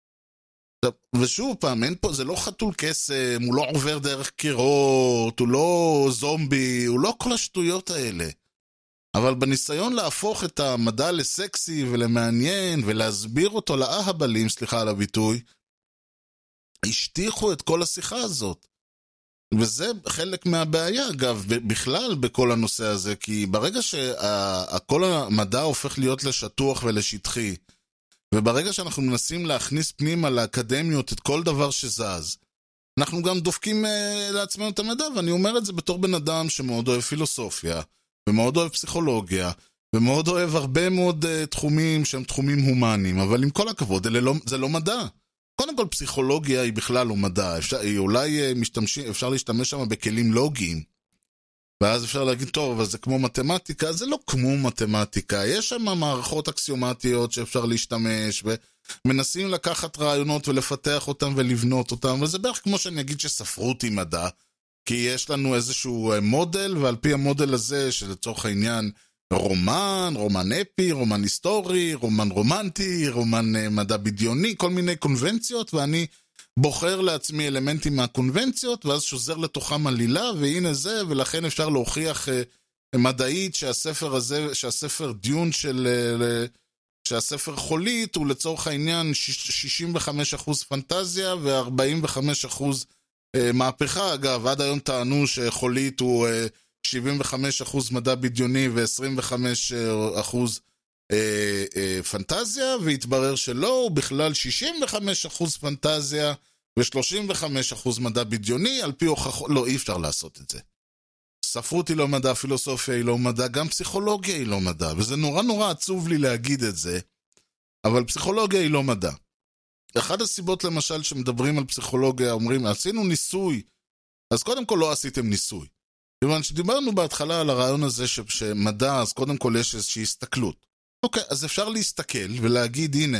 ושוב פעם, אין פה, זה לא חתול קסם, הוא לא עובר דרך קירות, הוא לא זומבי, הוא לא כל השטויות האלה. אבל בניסיון להפוך את המדע לסקסי ולמעניין ולהסביר אותו לאהבלים, סליחה על הביטוי, השטיחו את כל השיחה הזאת. וזה חלק מהבעיה, אגב, בכלל בכל הנושא הזה, כי ברגע שכל המדע הופך להיות לשטוח ולשטחי, וברגע שאנחנו מנסים להכניס פנימה לאקדמיות את כל דבר שזז, אנחנו גם דופקים uh, לעצמנו את המדע, ואני אומר את זה בתור בן אדם שמאוד אוהב פילוסופיה, ומאוד אוהב פסיכולוגיה, ומאוד אוהב הרבה מאוד uh, תחומים שהם תחומים הומניים, אבל עם כל הכבוד, לא, זה לא מדע. קודם כל, פסיכולוגיה היא בכלל לא מדע, אפשר, היא אולי משתמשים, אפשר להשתמש שם בכלים לוגיים, ואז אפשר להגיד, טוב, אבל זה כמו מתמטיקה, זה לא כמו מתמטיקה, יש שם מערכות אקסיומטיות שאפשר להשתמש, ומנסים לקחת רעיונות ולפתח אותם ולבנות אותם, וזה בערך כמו שאני אגיד שספרות היא מדע, כי יש לנו איזשהו מודל, ועל פי המודל הזה, שלצורך העניין, רומן, רומן אפי, רומן היסטורי, רומן רומנטי, רומן מדע בדיוני, כל מיני קונבנציות, ואני בוחר לעצמי אלמנטים מהקונבנציות, ואז שוזר לתוכם עלילה, והנה זה, ולכן אפשר להוכיח אה, מדעית שהספר הזה, שהספר דיון של, אה, שהספר חולית, הוא לצורך העניין שישים וחמישה אחוז פנטזיה, ו-ארבעים וחמישה אחוז אה, מהפכה. אגב, עד היום טענו שחולית הוא אה, שבעים וחמישה אחוז מדע בדיוני, ו-עשרים וחמישה אחוז אה, אה, פנטזיה, והתברר שלא, הוא בכלל שישים וחמישה אחוז פנטזיה, ו-שלושים וחמישה אחוז מדע בדיוני, על פי הוכחות, לא, אי אפשר לעשות את זה. ספרות היא לא מדע, פילוסופיה היא לא מדע, גם פסיכולוגיה היא לא מדע, וזה נורא נורא עצוב לי להגיד את זה, אבל פסיכולוגיה היא לא מדע. אחד הסיבות למשל שמדברים על פסיכולוגיה, אומרים, עשינו ניסוי, אז קודם כל לא עשיתם ניסוי. כיוון שדיברנו בהתחלה על הרעיון הזה ש- שמדע, אז קודם כל יש איזושהי הסתכלות. אוקיי, אז אפשר להסתכל ולהגיד, הנה,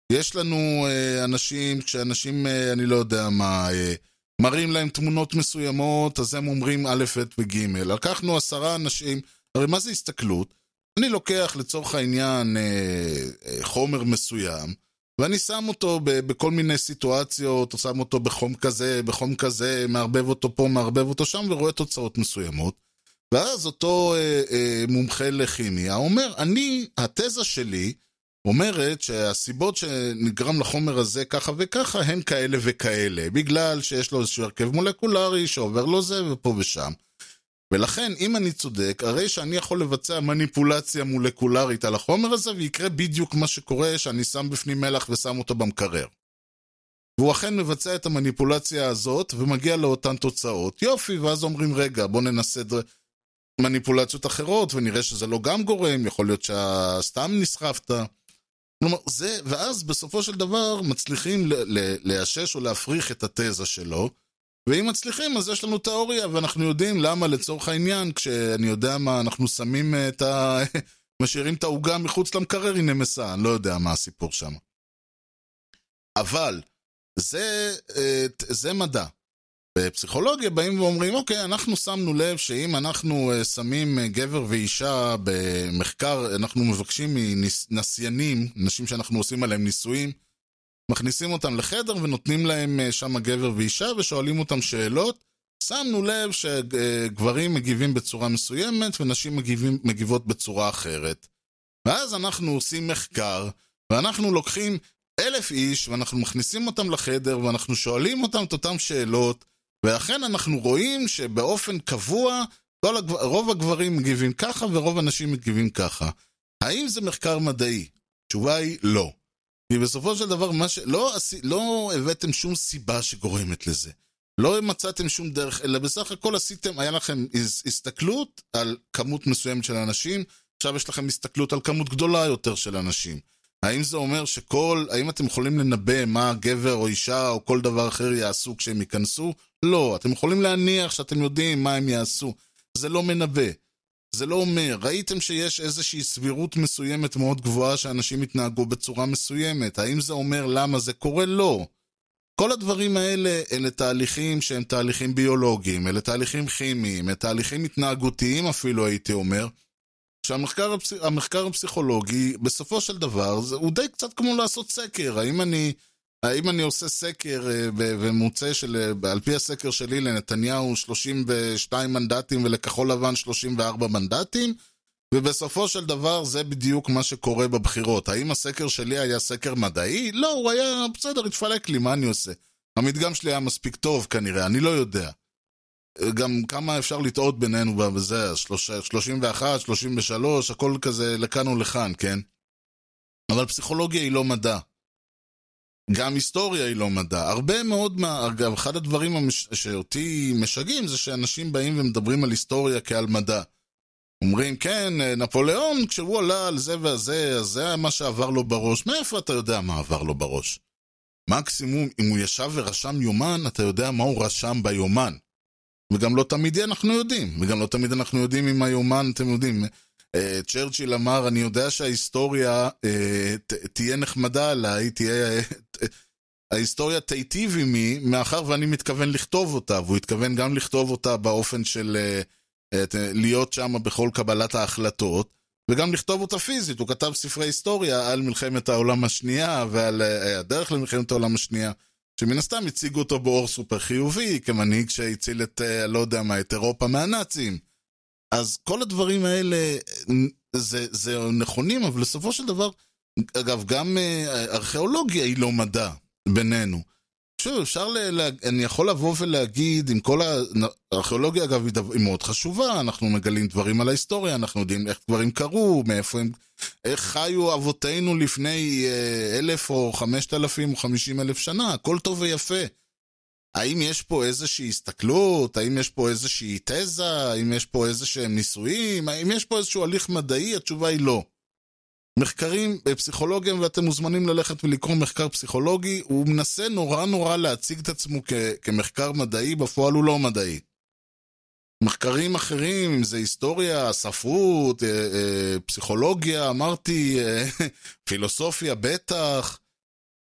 יש לנו אה, אנשים, כשאנשים, אה, אני לא יודע מה, אה, מראים להם תמונות מסוימות, אז הם אומרים א', ב' וג'. לקחנו עשרה אנשים, הרי מה זה הסתכלות? אני לוקח לצורך העניין אה, אה, חומר מסוים, ואני שם אותו ב- בכל מיני סיטואציות, או שם אותו בחום כזה, בחום כזה, מערבב אותו פה, מערבב אותו שם, ורואה תוצאות מסוימות. ואז אותו אה, אה, מומחה לכימיה אומר, אני, התזה שלי אומרת שהסיבות שנגרם לחומר הזה ככה וככה, הן כאלה וכאלה, בגלל שיש לו איזשהו הרכב מולקולרי שעובר לו זה ופה ושם. ולכן, אם אני צודק, הרי שאני יכול לבצע מניפולציה מולקולרית על החומר הזה, ויקרה בדיוק מה שקורה שאני שם בפנים מלח ושם אותו במקרר. והוא אכן מבצע את המניפולציה הזאת, ומגיע לאותן תוצאות. יופי, ואז אומרים, רגע, בוא ננסה מניפולציות אחרות, ונראה שזה לא גם גורם, יכול להיות שסתם נסחפת. כלומר, זה, ואז בסופו של דבר מצליחים לאשש או להפריך את התזה שלו, ואם מצליחים, אז יש לנו תיאוריה, ואנחנו יודעים למה לצורך העניין, כשאני יודע מה, אנחנו שמים את ה... משאירים את העוגה מחוץ למקרר, היא נמסה, אני לא יודע מה הסיפור שם. אבל, זה, זה מדע. בפסיכולוגיה באים ואומרים, אוקיי, אנחנו שמנו לב שאם אנחנו שמים גבר ואישה במחקר, אנחנו מבקשים מנסיינים, נשים שאנחנו עושים עליהם ניסויים, מכניסים אותם לחדר ונותנים להם שם גבר ואישה ושואלים אותם שאלות. שמנו לב שגברים מגיבים בצורה מסוימת ונשים מגיבים, מגיבות בצורה אחרת. ואז אנחנו עושים מחקר ואנחנו לוקחים אלף איש ואנחנו מכניסים אותם לחדר ואנחנו שואלים אותם את אותם שאלות, ואכן אנחנו רואים שבאופן קבוע כל הגבר, רוב הגברים מגיבים ככה ורוב הנשים מגיבים ככה. האם זה מחקר מדעי? התשובה היא לא. כי בסופו של דבר מה ש... לא, לא הבאתם שום סיבה שגורמת לזה. לא מצאתם שום דרך, אלא בסך הכל עשיתם, היה לכם הסתכלות על כמות מסוימת של אנשים, עכשיו יש לכם הסתכלות על כמות גדולה יותר של אנשים. האם זה אומר שכל, האם אתם יכולים לנבא מה גבר או אישה או כל דבר אחר יעשו כשהם ייכנסו? לא, אתם יכולים להניח שאתם יודעים מה הם יעשו. זה לא מנבא. זה לא אומר, ראיתם שיש איזושהי סבירות מסוימת מאוד גבוהה שאנשים יתנהגו בצורה מסוימת. האם זה אומר למה זה קורה? לא. כל הדברים האלה אלה תהליכים שהם תהליכים ביולוגיים, אלה תהליכים כימיים, אלה תהליכים התנהגותיים אפילו הייתי אומר, שהמחקר הפס... המחקר הפסיכולוגי בסופו של דבר זה, הוא די קצת כמו לעשות סקר. האם אני, האם אני עושה סקר ומוצא של, על פי הסקר שלי לנתניהו שלושים ושתיים מנדטים ולכחול לבן שלושים וארבע מנדטים, ובסופו של דבר זה בדיוק מה שקורה בבחירות. האם הסקר שלי היה סקר מדעי? לא, הוא היה בסדר, התפלק לי, מה אני עושה? המדגם שלי היה מספיק טוב כנראה, אני לא יודע. גם כמה אפשר לטעות בינינו בזה, שלושים ואחת, שלושים ושלוש, הכל כזה לכאן ולכאן, כן? אבל פסיכולוגיה היא לא מדע. גם היסטוריה היא לא מדע. הרבה מאוד, מה, אגב, אחד הדברים המש... שאותי משגעים זה שאנשים באים ומדברים על היסטוריה כעל מדע. אומרים, כן, נפוליאון, כשהוא עלה על זה והזה, אז זה מה שעבר לו בראש. מאיפה אתה יודע מה עבר לו בראש? מקסימום, אם הוא ישב ורשם יומן, אתה יודע מה הוא רשם ביומן. וגם לא תמיד אנחנו יודעים. וגם לא תמיד אנחנו יודעים אם היומן, אתם יודעים. צ'רצ'יל אמר, אני יודע שההיסטוריה תהיה נחמדה עליי, תהיה... ההיסטוריה תיטיב עמי, מאחר ואני מתכוון לכתוב אותה, והוא התכוון גם לכתוב אותה באופן של... להיות שם בכל קבלת ההחלטות, וגם לכתוב אותה פיזית. הוא כתב ספרי היסטוריה על מלחמת העולם השנייה, ועל הדרך למלחמת העולם השנייה, שמן הסתם הציגו אותו באור סופר חיובי, כמנהיג שהציל את, לא יודע מה, את אירופה מהנאצים. אז כל הדברים האלה, זה, זה נכונים, אבל לסופו של דבר, אגב, גם ארכיאולוגיה היא לא מדע בינינו. שוב, אפשר, ל... אני יכול לבוא ולהגיד, עם כל הארכיאולוגיה, אגב, היא מאוד חשובה, אנחנו מגלים דברים על ההיסטוריה, אנחנו יודעים איך דברים קרו, מאיפה הם, איך חיו אבותינו לפני אלף או חמשת אלפים או חמישים אלף שנה, הכל טוב ויפה. האם יש פה איזושהי הסתכלות, האם יש פה איזושהי תזה, האם יש פה איזשהם ניסויים, האם יש פה איזשהו הליך מדעי? התשובה היא לא. מחקרים פסיכולוגיים, ואתם מוזמנים ללכת ולקרוא מחקר פסיכולוגי, הוא מנסה נורא נורא להציג את עצמו כ- כמחקר מדעי, בפועל הוא לא מדעי. מחקרים אחרים, אם זה היסטוריה, ספרות, פסיכולוגיה, אמרתי, פילוסופיה בטח,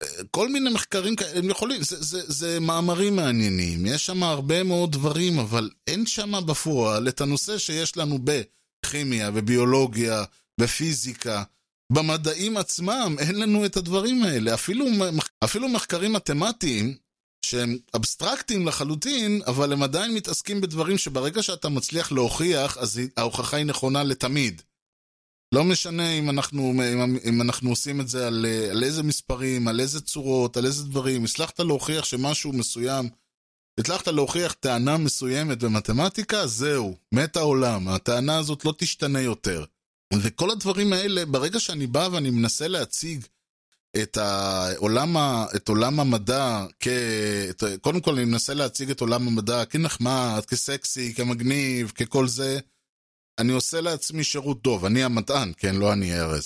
כל מיני מחקרים כאלה, הם יכולים, זה, זה, זה מאמרים מעניינים, יש שם הרבה מאוד דברים, אבל אין שם בפועל את הנושא שיש לנו בכימיה וביולוגיה ופיזיקה, במדעים עצמם אין לנו את הדברים האלה, אפילו, אפילו מחקרים מתמטיים, שהם אבסטרקטיים לחלוטין, אבל הם עדיין מתעסקים בדברים שברגע שאתה מצליח להוכיח, אז ההוכחה היא נכונה לתמיד. לא משנה אם אנחנו, אם, אם אנחנו עושים את זה על, על איזה מספרים, על איזה צורות, על איזה דברים. הצלחת להוכיח שמשהו מסוים, הצלחת להוכיח טענה מסוימת במתמטיקה, זהו, מת העולם. הטענה הזאת לא תשתנה יותר. וכל הדברים האלה, ברגע שאני בא ואני מנסה להציג את העולם, את עולם המדע, כ... קודם כל אני מנסה להציג את עולם המדע כנחמד, כסקסי, כמגניב, ככל זה, אני עושה לעצמי שירות טוב, אני המדען, כן, לא אני ארז.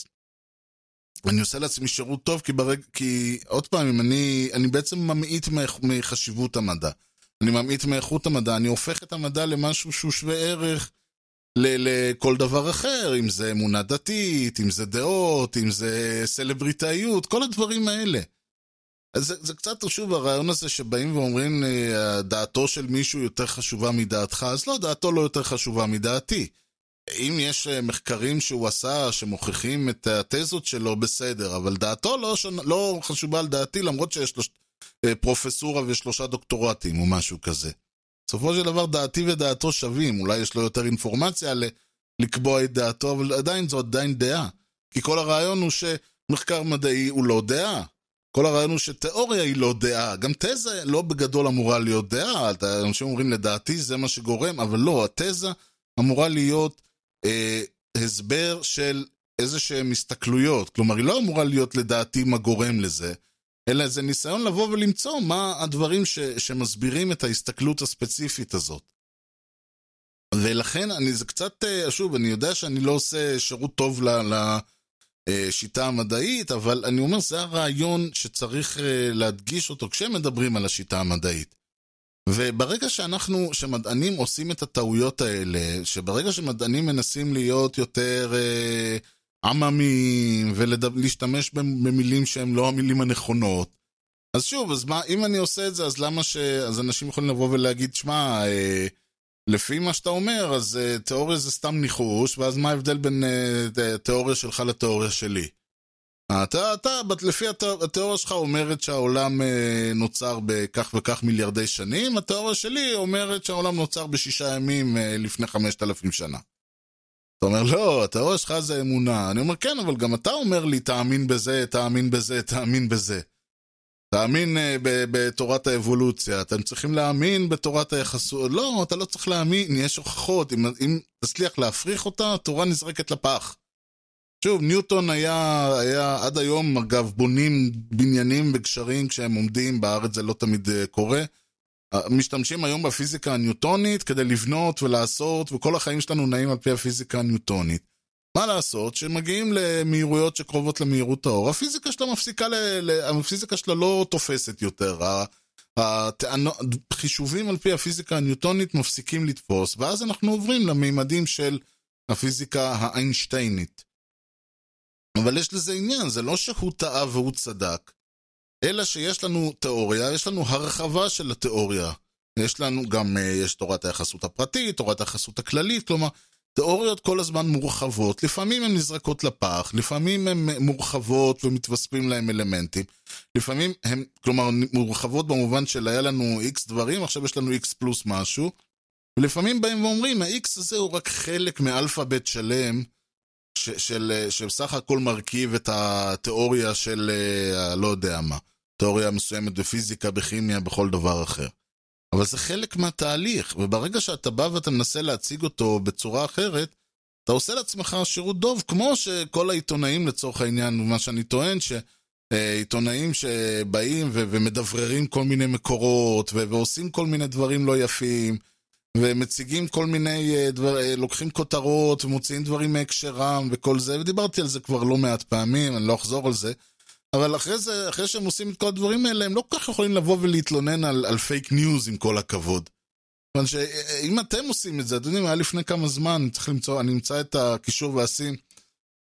אני עושה לעצמי שירות טוב, כי, ברג... כי עוד פעם, אני, אני בעצם ממעיט מחשיבות המדע. אני ממעיט מאיכות המדע, אני הופך את המדע למשהו שהוא שווה ערך ל- לכל דבר אחר, אם זה אמונה דתית, אם זה דעות, אם זה סלבריטאיות, כל הדברים האלה. אז זה, זה קצת שוב הרעיון הזה שבאים ואומרים, דעתו של מישהו יותר חשובה מדעתך, אז לא, דעתו לא יותר חשובה מדעתי. אם יש מחקרים שהוא עשה שמוכיחים את התזות שלו, בסדר, אבל דעתו לא, לא חשובה על דעתי, למרות שיש לו פרופסורה ושלושה דוקטורטים או משהו כזה. בסופו של דבר דעתי ודעתו שווים, אולי יש לו יותר אינפורמציה לקבוע את דעתו, אבל עדיין זו עדיין דעה. כי כל הרעיון הוא שמחקר מדעי הוא לא דעה. כל הרעיון הוא שתיאוריה היא לא דעה. גם תזה לא בגדול אמורה להיות דעה. אנשים אומרים לדעתי זה מה שגורם, אבל לא, התזה אמורה להיות אה, הסבר של איזה שהן הסתכלויות. כלומר, היא לא אמורה להיות לדעתי מה גורם לזה, אלא זה ניסיון לבוא ולמצוא מה הדברים ש, שמסבירים את ההסתכלות הספציפית הזאת. ולכן אני זה קצת, שוב, אני יודע שאני לא עושה שירות טוב לשיטה המדעית, אבל אני אומר, זה הרעיון שצריך להדגיש אותו כשמדברים על השיטה המדעית. וברגע שאנחנו, שמדענים עושים את הטעויות האלה, שברגע שמדענים מנסים להיות יותר עממים, ולהשתמש במילים שהם לא המילים הנכונות, אז שוב, אז מה, אם אני עושה את זה, אז למה ש... אז אנשים יכולים לבוא ולהגיד, שמה, אה, לפי מה שאתה אומר, אז אה, תיאוריה זה סתם ניחוש, ואז מה ההבדל בין אה, תיאוריה שלך לתיאוריה שלי? אתה, אתה, לפי התיאוריה שלך אומרת שהעולם אה, נוצר בכך וכך מיליארדי שנים, התיאוריה שלי אומרת שהעולם נוצר בשישה ימים אה, לפני חמשת אלפים שנה. אתה אומר, לא, התיאוריה שלך זה אמונה. אני אומר, כן, אבל גם אתה אומר לי, תאמין בזה, תאמין בזה, תאמין בזה. תאמין uh, בתורת האבולוציה, אתם צריכים להאמין בתורת היחסות. לא, אתה לא צריך להאמין, יש הוכחות. אם, אם תצליח להפריך אותה, התורה נזרקת לפח. שוב, ניוטון היה, היה עד היום, אגב, בונים בניינים בגשרים כשהם עומדים, בארץ זה לא תמיד uh, קורה. משתמשים היום בפיזיקה הניוטונית כדי לבנות ולעשות, וכל החיים שלנו נעים על פי הפיזיקה הניוטונית. מה לעשות? שמגיעים למהירויות שקרובות למהירות האור, הפיזיקה שלה מפסיקה, ל... הפיזיקה שלה לא תופסת יותר. החישובים על פי הפיזיקה הניוטונית מפסיקים לתפוס, ואז אנחנו עוברים למימדים של הפיזיקה האיינשטיינית. אבל יש לזה עניין, זה לא שהוא טעה והוא צדק. אלא שיש לנו תיאוריה, יש לנו הרחבה של התיאוריה. יש לנו גם, יש תורת היחסות הפרטית, תורת היחסות הכללית, כלומר, תיאוריות כל הזמן מורחבות, לפעמים הן נזרקות לפח, לפעמים הן מורחבות ומתווספים להם אלמנטים, לפעמים הן, כלומר, מורחבות במובן של היה לנו X דברים, עכשיו יש לנו X פלוס משהו, ולפעמים באים ואומרים, ה-X הזה הוא רק חלק מאלפבית שלם, ש- של, שבסך הכל מרכיב את התיאוריה של, לא יודע מה, תיאוריה מסוימת בפיזיקה, בכימיה, בכל דבר אחר. אבל זה חלק מהתהליך, וברגע שאתה בא ואתה מנסה להציג אותו בצורה אחרת, אתה עושה לעצמך שירות דוב, כמו שכל העיתונאים לצורך העניין, ומה שאני טוען, שעיתונאים שבאים ו- ומדבררים כל מיני מקורות, ו- ועושים כל מיני דברים לא יפים, ומציגים כל מיני דבר, לוקחים כותרות ומוציאים דברים מהקשרם וכל זה, ודיברתי על זה כבר לא מעט פעמים, אני לא אחזור על זה, אבל אחרי זה, אחרי שהם עושים את כל הדברים האלה, הם לא כל כך יכולים לבוא ולהתלונן על, על פייק ניוז עם כל הכבוד. כיוון שאם אתם עושים את זה, אתם יודעים, היה לפני כמה זמן, צריך למצוא, אני אמצא את הקישור ועשים,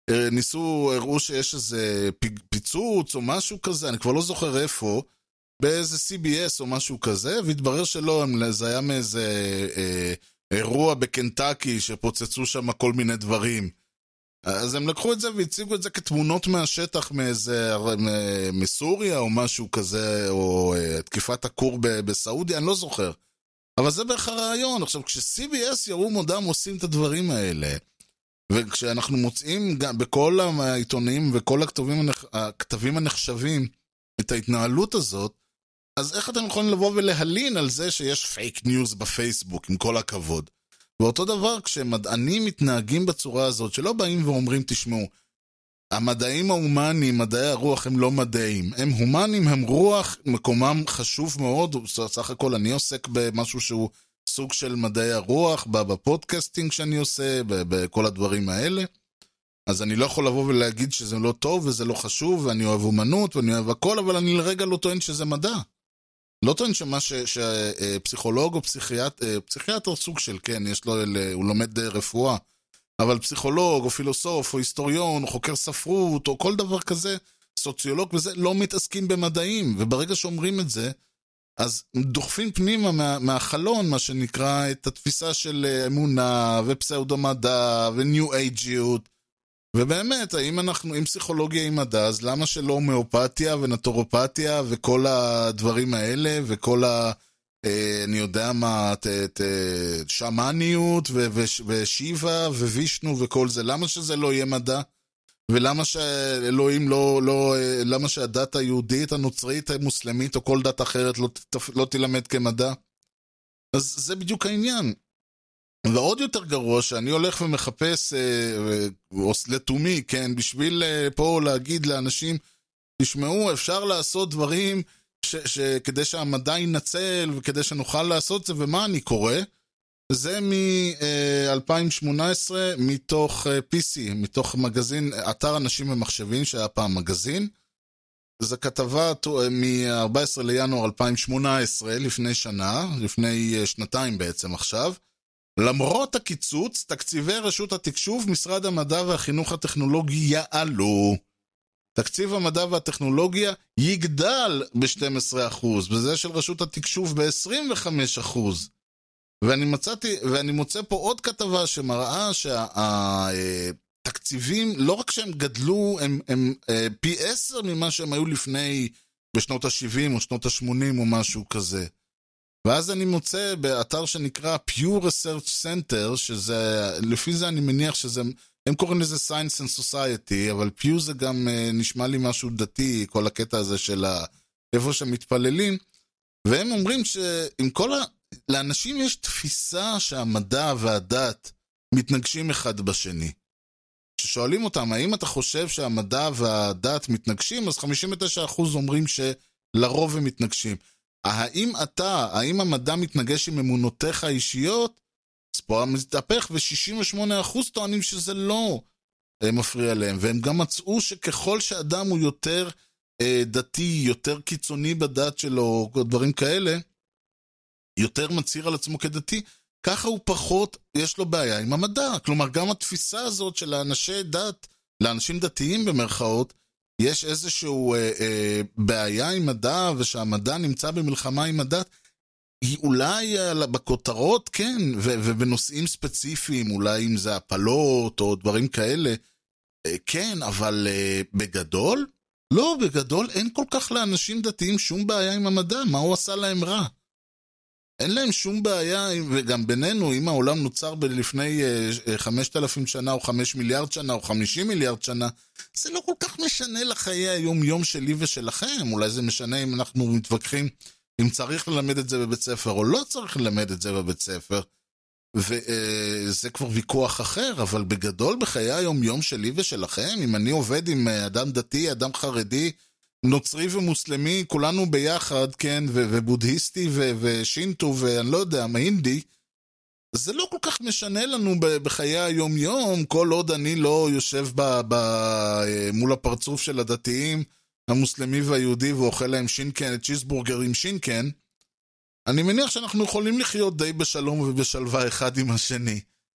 ניסו, הראו שיש איזה פיצוץ או משהו כזה, אני כבר לא זוכר איפה, באיזה סי בי אס או משהו כזה, והתברר שלא, זה היה מאיזה אה, אירוע בקנטקי שפוצצו שם כל מיני דברים. אז הם לקחו את זה והציגו את זה כתמונות מהשטח מאיזה, מסוריה או משהו כזה, או אה, תקיפת הכור ב- בסעודיה, אני לא זוכר. אבל זה בערך הרעיון. עכשיו, כש-סי בי אס יראו מודם עושים את הדברים האלה, וכשאנחנו מוצאים גם בכל העיתונים וכל הכתבים, הנח... הכתבים הנחשבים את ההתנהלות הזאת, אז איך אתם יכולים לבוא ולהלין על זה שיש פייק ניוז בפייסבוק, עם כל הכבוד? ואותו דבר, כשמדענים מתנהגים בצורה הזאת, שלא באים ואומרים, תשמעו, המדעים ההומניים, מדעי הרוח הם לא מדעים, הם הומניים, הם רוח, מקומם חשוב מאוד, סך הכל אני עוסק במשהו שהוא סוג של מדעי הרוח, בפודקאסטינג שאני עושה, בכל הדברים האלה, אז אני לא יכול לבוא ולהגיד שזה לא טוב וזה לא חשוב, ואני אוהב אומנות ואני אוהב הכל, אבל אני לרגע לא טוען שזה מדע. לא טוען שמה שפסיכולוג או פסיכיאטר, פסיכיאטר סוג של, כן, יש לו, הוא לומד רפואה, אבל פסיכולוג או פילוסוף או היסטוריון או חוקר ספרות או כל דבר כזה, סוציולוג וזה, לא מתעסקים במדעים, וברגע שאומרים את זה, אז דוחפים פנימה מה, מהחלון, מה שנקרא, את התפיסה של אמונה ופסאודו-מדע וניו-אייג'יות, ובאמת, האם אנחנו, אם פסיכולוגיה היא מדע, אז למה שלא הומאופתיה ונטורופתיה וכל הדברים האלה, וכל ה... אה, אני יודע מה, ת, ת, שמאניות ו, ו, ושיבה ווישנו וכל זה, למה שזה לא יהיה מדע? ולמה שאלוהים לא, לא, למה שהדת היהודית, הנוצרית, המוסלמית או כל דת אחרת לא, לא תלמד כמדע? אז זה בדיוק העניין. ועוד יותר גרוע שאני הולך ומחפש לתומי, כן, בשביל פה להגיד לאנשים, תשמעו, אפשר לעשות דברים ש, שכדי שהמדע ינצל וכדי שנוכל לעשות זה, ומה אני קורא? זה מ-אלפיים שמונה עשרה מתוך פי סי, מתוך מגזין, אתר אנשים ומחשבים שהיה פעם מגזין. זו כתבה מ-ארבעה עשר לינואר אלפיים שמונה עשרה, לפני שנה, לפני שנתיים בעצם עכשיו. למרות הקיצוץ, תקציבי רשות התקשוב, משרד המדע והחינוך הטכנולוגי יעלו. תקציב המדע והטכנולוגיה יגדל ב-שנים עשר אחוז, וזה של רשות התקשוב ב-עשרים וחמישה אחוז. ואני מצאתי, ואני מוצא פה עוד כתבה שמראה שהתקציבים, לא רק שהם גדלו, הם, הם פי עשר ממה שהם היו לפני, בשנות ה-שבעים או שנות ה-שמונים או משהו כזה. ואז אני מוצא באתר שנקרא Pew Research Center, שזה, לפי זה אני מניח שזה, הם קוראים לזה Science and Society, אבל Pew זה גם נשמע לי משהו דתי, כל הקטע הזה של איפה שמתפללים, והם אומרים שעם כל ה... לאנשים יש תפיסה שהמדע והדת מתנגשים אחד בשני. כששואלים אותם, האם אתה חושב שהמדע והדת מתנגשים, אז חמישים ותשעה אחוז אומרים שלרוב הם מתנגשים. האם אתה, האם המדע מתנגש עם אמונותיך האישיות? אז פה מתהפך, ו-שישים ושמונה אחוז טוענים שזה לא מפריע להם, והם גם מצאו שככל שאדם הוא יותר אה, דתי, יותר קיצוני בדת שלו, או דברים כאלה, יותר מצהיר על עצמו כדתי, ככה הוא פחות, יש לו בעיה עם המדע. כלומר, גם התפיסה הזאת של האנשי דת, לאנשים דתיים במרכאות, יש איזשהו אה, אה, בעיה עם מדע, ושהמדע נמצא במלחמה עם הדת, היא אולי אה, בכותרות, כן, ו- ובנושאים ספציפיים, אולי אם זה הפלות או דברים כאלה, אה, כן, אבל אה, בגדול, לא, בגדול אין כל כך לאנשים דתיים שום בעיה עם המדע, מה הוא עשה להם רע? אין להם שום בעיה, וגם בינינו, אם העולם נוצר לפני חמשת אלפים שנה, או חמישה מיליארד שנה, או חמישים מיליארד שנה, זה לא כל כך משנה לחיי היום-יום שלי ושלכם. אולי זה משנה אם אנחנו מתווכחים, אם צריך ללמד את זה בבית ספר, או לא צריך ללמד את זה בבית ספר, וזה כבר ויכוח אחר, אבל בגדול בחיי היום-יום שלי ושלכם, אם אני עובד עם אדם דתי, אדם חרדי, נוצרי ומוסלמי, כולנו ביחד, כן, ו- ובודהיסטי ו- ושינטו ואני לא יודע, מהינדי, זה לא כל כך משנה לנו ב- בחיי היום-יום, כל עוד אני לא יושב ב- ב- מול הפרצוף של הדתיים, המוסלמי והיהודי, ואוכל להם שינקן, צ'יזבורגר עם שינקן, אני מניח שאנחנו יכולים לחיות די בשלום ובשלווה אחד עם השני. ו-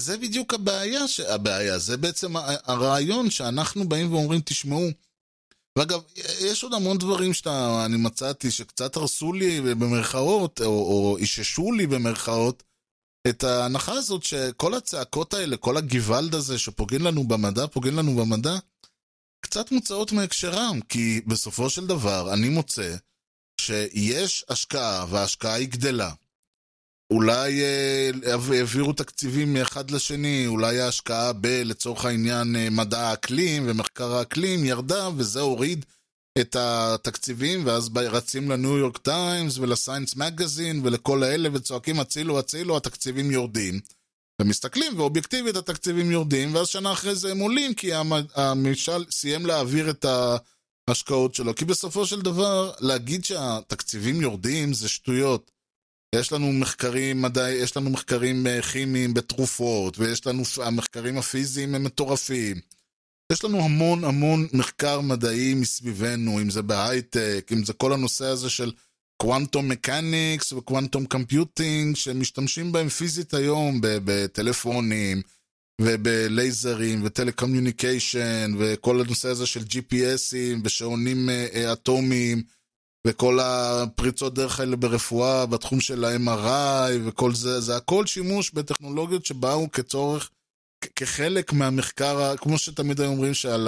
וזה בדיוק הבעיה, ש... הבעיה, זה בעצם הרעיון שאנחנו באים ואומרים, תשמעו, ואגב, יש עוד המון דברים שאני מצאתי שקצת הרסו לי במרכאות, או, או איששו לי במרכאות, את ההנחה הזאת שכל הצעקות האלה, כל הגיוולד הזה שפוגעים לנו במדע, פוגעים לנו במדע, קצת מוצאות מהקשרם, כי בסופו של דבר אני מוצא שיש השקעה, וההשקעה היא גדלה. אולי העבירו תקציבים מאחד לשני, אולי ההשקעה ב, לצורך העניין, מדע האקלים ומחקר האקלים ירדה, וזה הוריד את התקציבים, ואז רצים לניו יורק טיימס ולסיינס מגזין ולכל האלה וצועקים הצילו הצילו, התקציבים יורדים. ומסתכלים ואובייקטיבית התקציבים יורדים, ואז שנה אחרי זה הם עולים, כי הממשל סיים להעביר את ההשקעות שלו. כי בסופו של דבר, להגיד שהתקציבים יורדים זה שטויות. יש לנו מחקרים מדעי, יש לנו מחקרים כימיים בתרופות, ויש לנו המחקרים הפיזיים הם מטורפים. יש לנו המון המון מחקר מדעי מסביבנו, אם זה בהייטק, אם זה כל הנושא הזה של קוונטום מקניקס וקוונטום קמפיוטינג, שמשתמשים בהם פיזית היום בטלפונים ובלייזרים וטלקומיוניקיישן, וכל הנושא הזה של ג'י פי אסים ושעונים אטומיים, וכל הפריצות דרך האלה ברפואה, בתחום של ה-אם אר איי וכל זה, זה הכל שימוש בטכנולוגיות שבאו כצורך, כחלק מהמחקר, כמו שתמיד היו אומרים שעל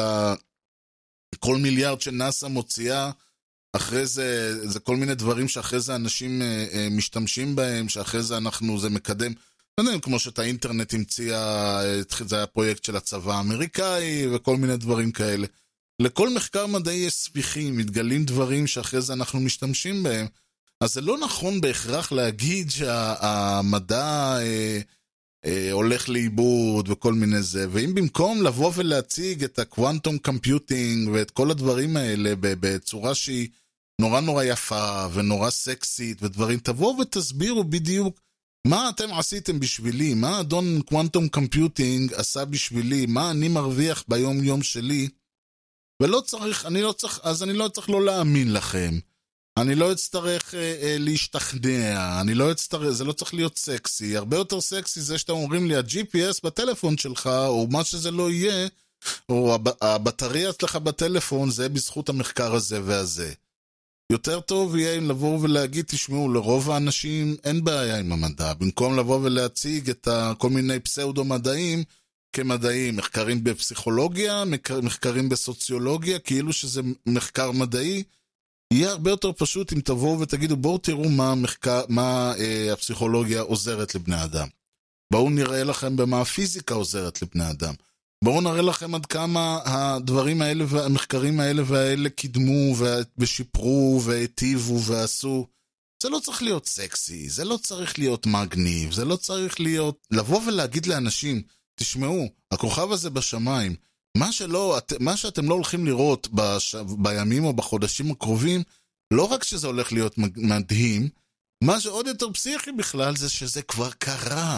כל מיליארד שנאסא מוציאה, אחרי זה, זה כל מיני דברים שאחרי זה אנשים משתמשים בהם, שאחרי זה אנחנו, זה מקדם, לא יודע, כמו שאת האינטרנט המציאה, זה היה פרויקט של הצבא האמריקאי, וכל מיני דברים כאלה. לכל מחקר מדעי יש ספיחים, מתגלים דברים שאחרי זה אנחנו משתמשים בהם. אז זה לא נכון בהכרח להגיד שהמדע אה, אה, הולך לאיבוד וכל מיני זה. ואם במקום לבוא ולהציג את הקוונטום קמפיוטינג ואת כל הדברים האלה בצורה שהיא נורא נורא יפה ונורא סקסית ודברים, תבואו ותסבירו בדיוק מה אתם עשיתם בשבילי, מה אדון קוונטום קמפיוטינג עשה בשבילי, מה אני מרוויח ביום יום שלי, ולא צריך, אני לא צריך, אז אני לא צריך לא להאמין לכם. אני לא אצטרך אה, אה, להשתכנע, אני לא אצטרך, זה לא צריך להיות סקסי. הרבה יותר סקסי זה שאתם אומרים לי, ה-ג'י פי אס בטלפון שלך, או מה שזה לא יהיה, או הב, הבטריה שלך בטלפון, זה בזכות המחקר הזה והזה. יותר טוב יהיה אם לבוא ולהגיד, תשמעו, לרוב האנשים אין בעיה עם המדע. במקום לבוא ולהציג את כל מיני פסאודו-מדעים, כמדעים, מחקרים בפסיכולוגיה, מחקרים בסוציולוגיה, כאילו שזה מחקר מדעי, יהיה הרבה יותר פשוט אם תבואו ותגידו, בואו תראו מה, המחקר, מה אה, הפסיכולוגיה עוזרת לבני אדם. בואו נראה לכם במה הפיזיקה עוזרת לבני אדם. בואו נראה לכם עד כמה הדברים האלה והמחקרים האלה והאלה קידמו ושיפרו והטיבו ועשו. זה לא צריך להיות סקסי, זה לא צריך להיות מגניב, זה לא צריך להיות... לבוא ולהגיד לאנשים, תשמעו, הכוכב הזה בשמיים, מה, שלא, מה שאתם לא הולכים לראות בש... בימים או בחודשים הקרובים, לא רק שזה הולך להיות מדהים, מה שעוד יותר פסיכי בכלל זה שזה כבר קרה.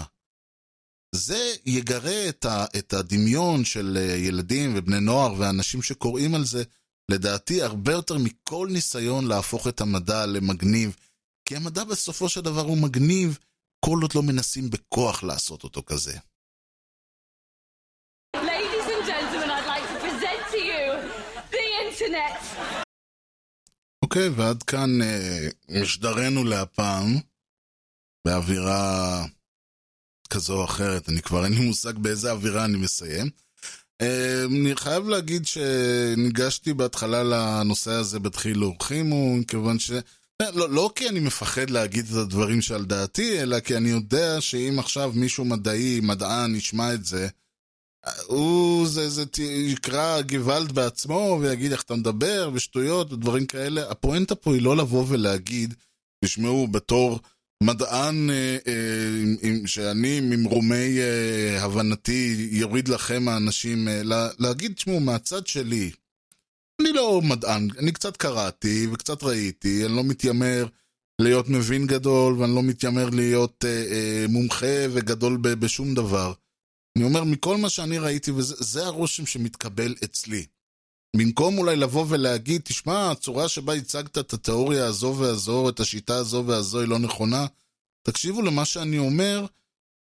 זה יגרה את, ה... את הדמיון של ילדים ובני נוער ואנשים שקוראים על זה, לדעתי הרבה יותר מכל ניסיון להפוך את המדע למגניב, כי המדע בסופו של דבר הוא מגניב, כל עוד לא מנסים בכוח לעשות אותו כזה. אוקיי, ועד כאן אה, משדרנו להפעם, באווירה כזו או אחרת, אני כבר אין לי מושג באיזה אווירה אני מסיים. אה, אני חייב להגיד שניגשתי בהתחלה לנושא הזה בתחילו ורחימו, כיוון ש... לא, לא כי אני מפחד להגיד את הדברים שעל דעתי, אלא כי אני יודע שאם עכשיו מישהו מדעי, מדען, ישמע את זה, הוא זה, זה יקרא גוואלד בעצמו ויגיד איך אתה מדבר ושטויות ודברים כאלה. הפואנטה פה היא לא לבוא ולהגיד, תשמעו, בתור מדען אה, אה, שאני ממרומי אה, הבנתי יוריד לכם האנשים, אה, לה, להגיד, תשמעו, מהצד שלי, אני לא מדען, אני קצת קראתי וקצת ראיתי, אני לא מתיימר להיות מבין גדול ואני לא מתיימר להיות אה, אה, מומחה וגדול ב, בשום דבר. אני אומר, מכל מה שאני ראיתי, וזה הרושם שמתקבל אצלי. במקום אולי לבוא ולהגיד, תשמע, הצורה שבה הצגת את התיאוריה הזו והזו, את השיטה הזו והזו היא לא נכונה, תקשיבו למה שאני אומר,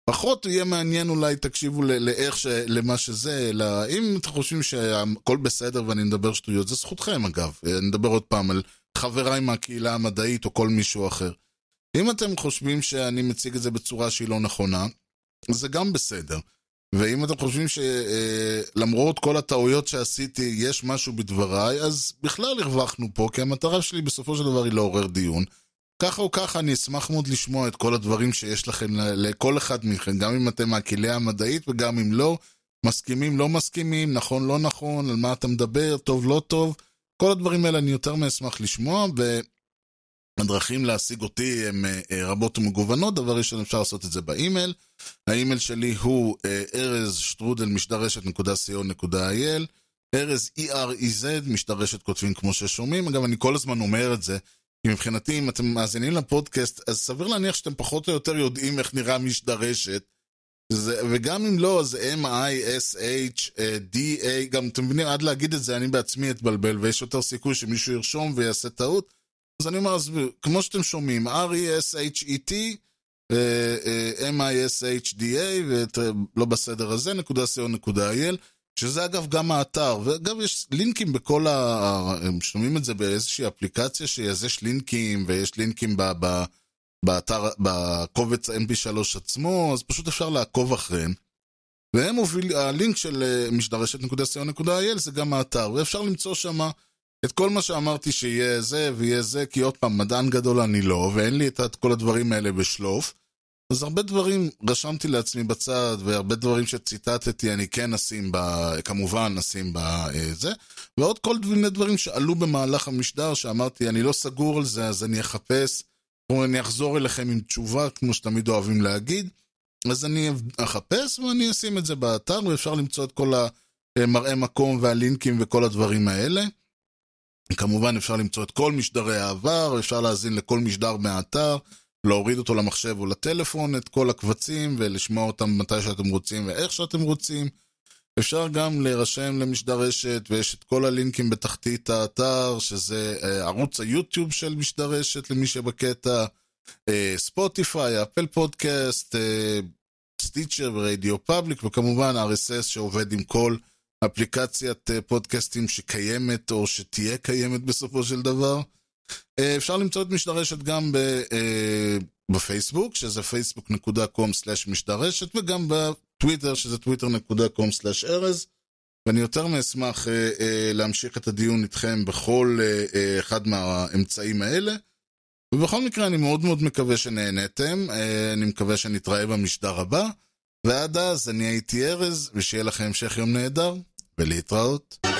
פחות יהיה מעניין אולי תקשיבו לאיך ש... למה שזה, אלא אם אתם חושבים שהכל בסדר ואני מדבר שטויות, זה זכותכם אגב. אני מדבר עוד פעם על חבריי מהקהילה המדעית או כל מישהו אחר. אם אתם חושבים שאני מציג את זה בצורה שהיא לא נכונה, זה גם בסדר. ואם אתם חושבים שלמרות כל הטעויות שעשיתי יש משהו בדבריי, אז בכלל הרווחנו פה, כי המטרה שלי בסופו של דבר היא לעורר דיון. ככה או ככה אני אשמח מאוד לשמוע את כל הדברים שיש לכם לכל אחד מכם, גם אם אתם מהקהילה המדעית וגם אם לא, מסכימים, לא מסכימים, נכון, לא נכון, על מה אתה מדבר, טוב, לא טוב, כל הדברים האלה אני יותר מאשמח לשמוע, והדרכים להשיג אותי הם רבות ומגוונות. דבר ראשון אפשר לעשות את זה באימייל, האימייל שלי הוא ארז שטרודל משדרשת נקודה סי או נקודה איי אל, ארז אי אר אי זד, משדרשת כותבים כמו ששומעים, אגב אני כל הזמן אומר את זה, כי מבחינתי אם אתם מאזינים לפודקאסט, אז סביר להניח שאתם פחות או יותר יודעים איך נראה משדרשת, זה, וגם אם לא, אז M I S H D A, גם אתם מבינים, עד להגיד את זה, אני בעצמי אתבלבל, ויש יותר סיכוי שמישהו ירשום ויעשה טעות, אז אני אומר, אז, כמו שאתם שומעים, R E S H E T, M I S H D A, ולא בסדר הזה, נקודה סי או נקודה איי אל, שזה אגב גם האתר, ואגב יש לינקים בכל ה... הם שומעים את זה באיזושהי אפליקציה, שיש לינקים, ויש לינקים ב... ב... באתר, בקובץ אם פי שלוש עצמו, אז פשוט אפשר לעקוב אחריהם. והם מוביל, הלינק של משדרשת נקודה סי או נקודה איי אל זה גם האתר, ואפשר למצוא שם את כל מה שאמרתי שיהיה זה ויהיה זה, כי עוד פעם, מדען גדול אני לא, ואין לי את כל הדברים האלה בשלוף, אז הרבה דברים רשמתי לעצמי בצד, והרבה דברים שציטטתי אני כן נשים, ב, כמובן נשים בזה, ועוד כל מיני דברים שעלו במהלך המשדר, שאמרתי אני לא סגור על זה, אז אני אחפש, אני אחזור אליכם עם תשובה, כמו שתמיד אוהבים להגיד, אז אני אחפש ואני אשים את זה באתר, ואפשר למצוא את כל המראה מקום והלינקים וכל הדברים האלה. כמובן אפשר למצוא את כל משדרי העבר, אפשר להזין לכל משדר מהאתר, להוריד אותו למחשב או לטלפון, את כל הקבצים, ולשמוע אותם מתי שאתם רוצים ואיך שאתם רוצים. אפשר גם להירשם למשדרשת, ויש את כל הלינקים בתחתית האתר, שזה ערוץ היוטיוב של משדרשת, למי שבקטע, ספוטיפיי, אפל פודקאסט, סטיצ'ר ורדיו פאבליק, וכמובן אר אס אס שעובד עם כל אפליקציית פודקאסטים שקיימת, או שתהיה קיימת בסופו של דבר. אפשר למצוא את משדרשת גם בפייסבוק, שזה פייסבוק נקודה קום סלש משדרשת, וגם בטוויטר, שזה טוויטר נקודה קום סלש ארז, ואני יותר מאשמח להמשיך את הדיון איתכם בכל אחד מהאמצעים האלה, ובכל מקרה אני מאוד מאוד מקווה שנהנתם, אני מקווה שנתראה במשדר הבא, ועד אז אני הייתי ארז, ושיהיה לכם המשך יום נהדר, ולהתראות.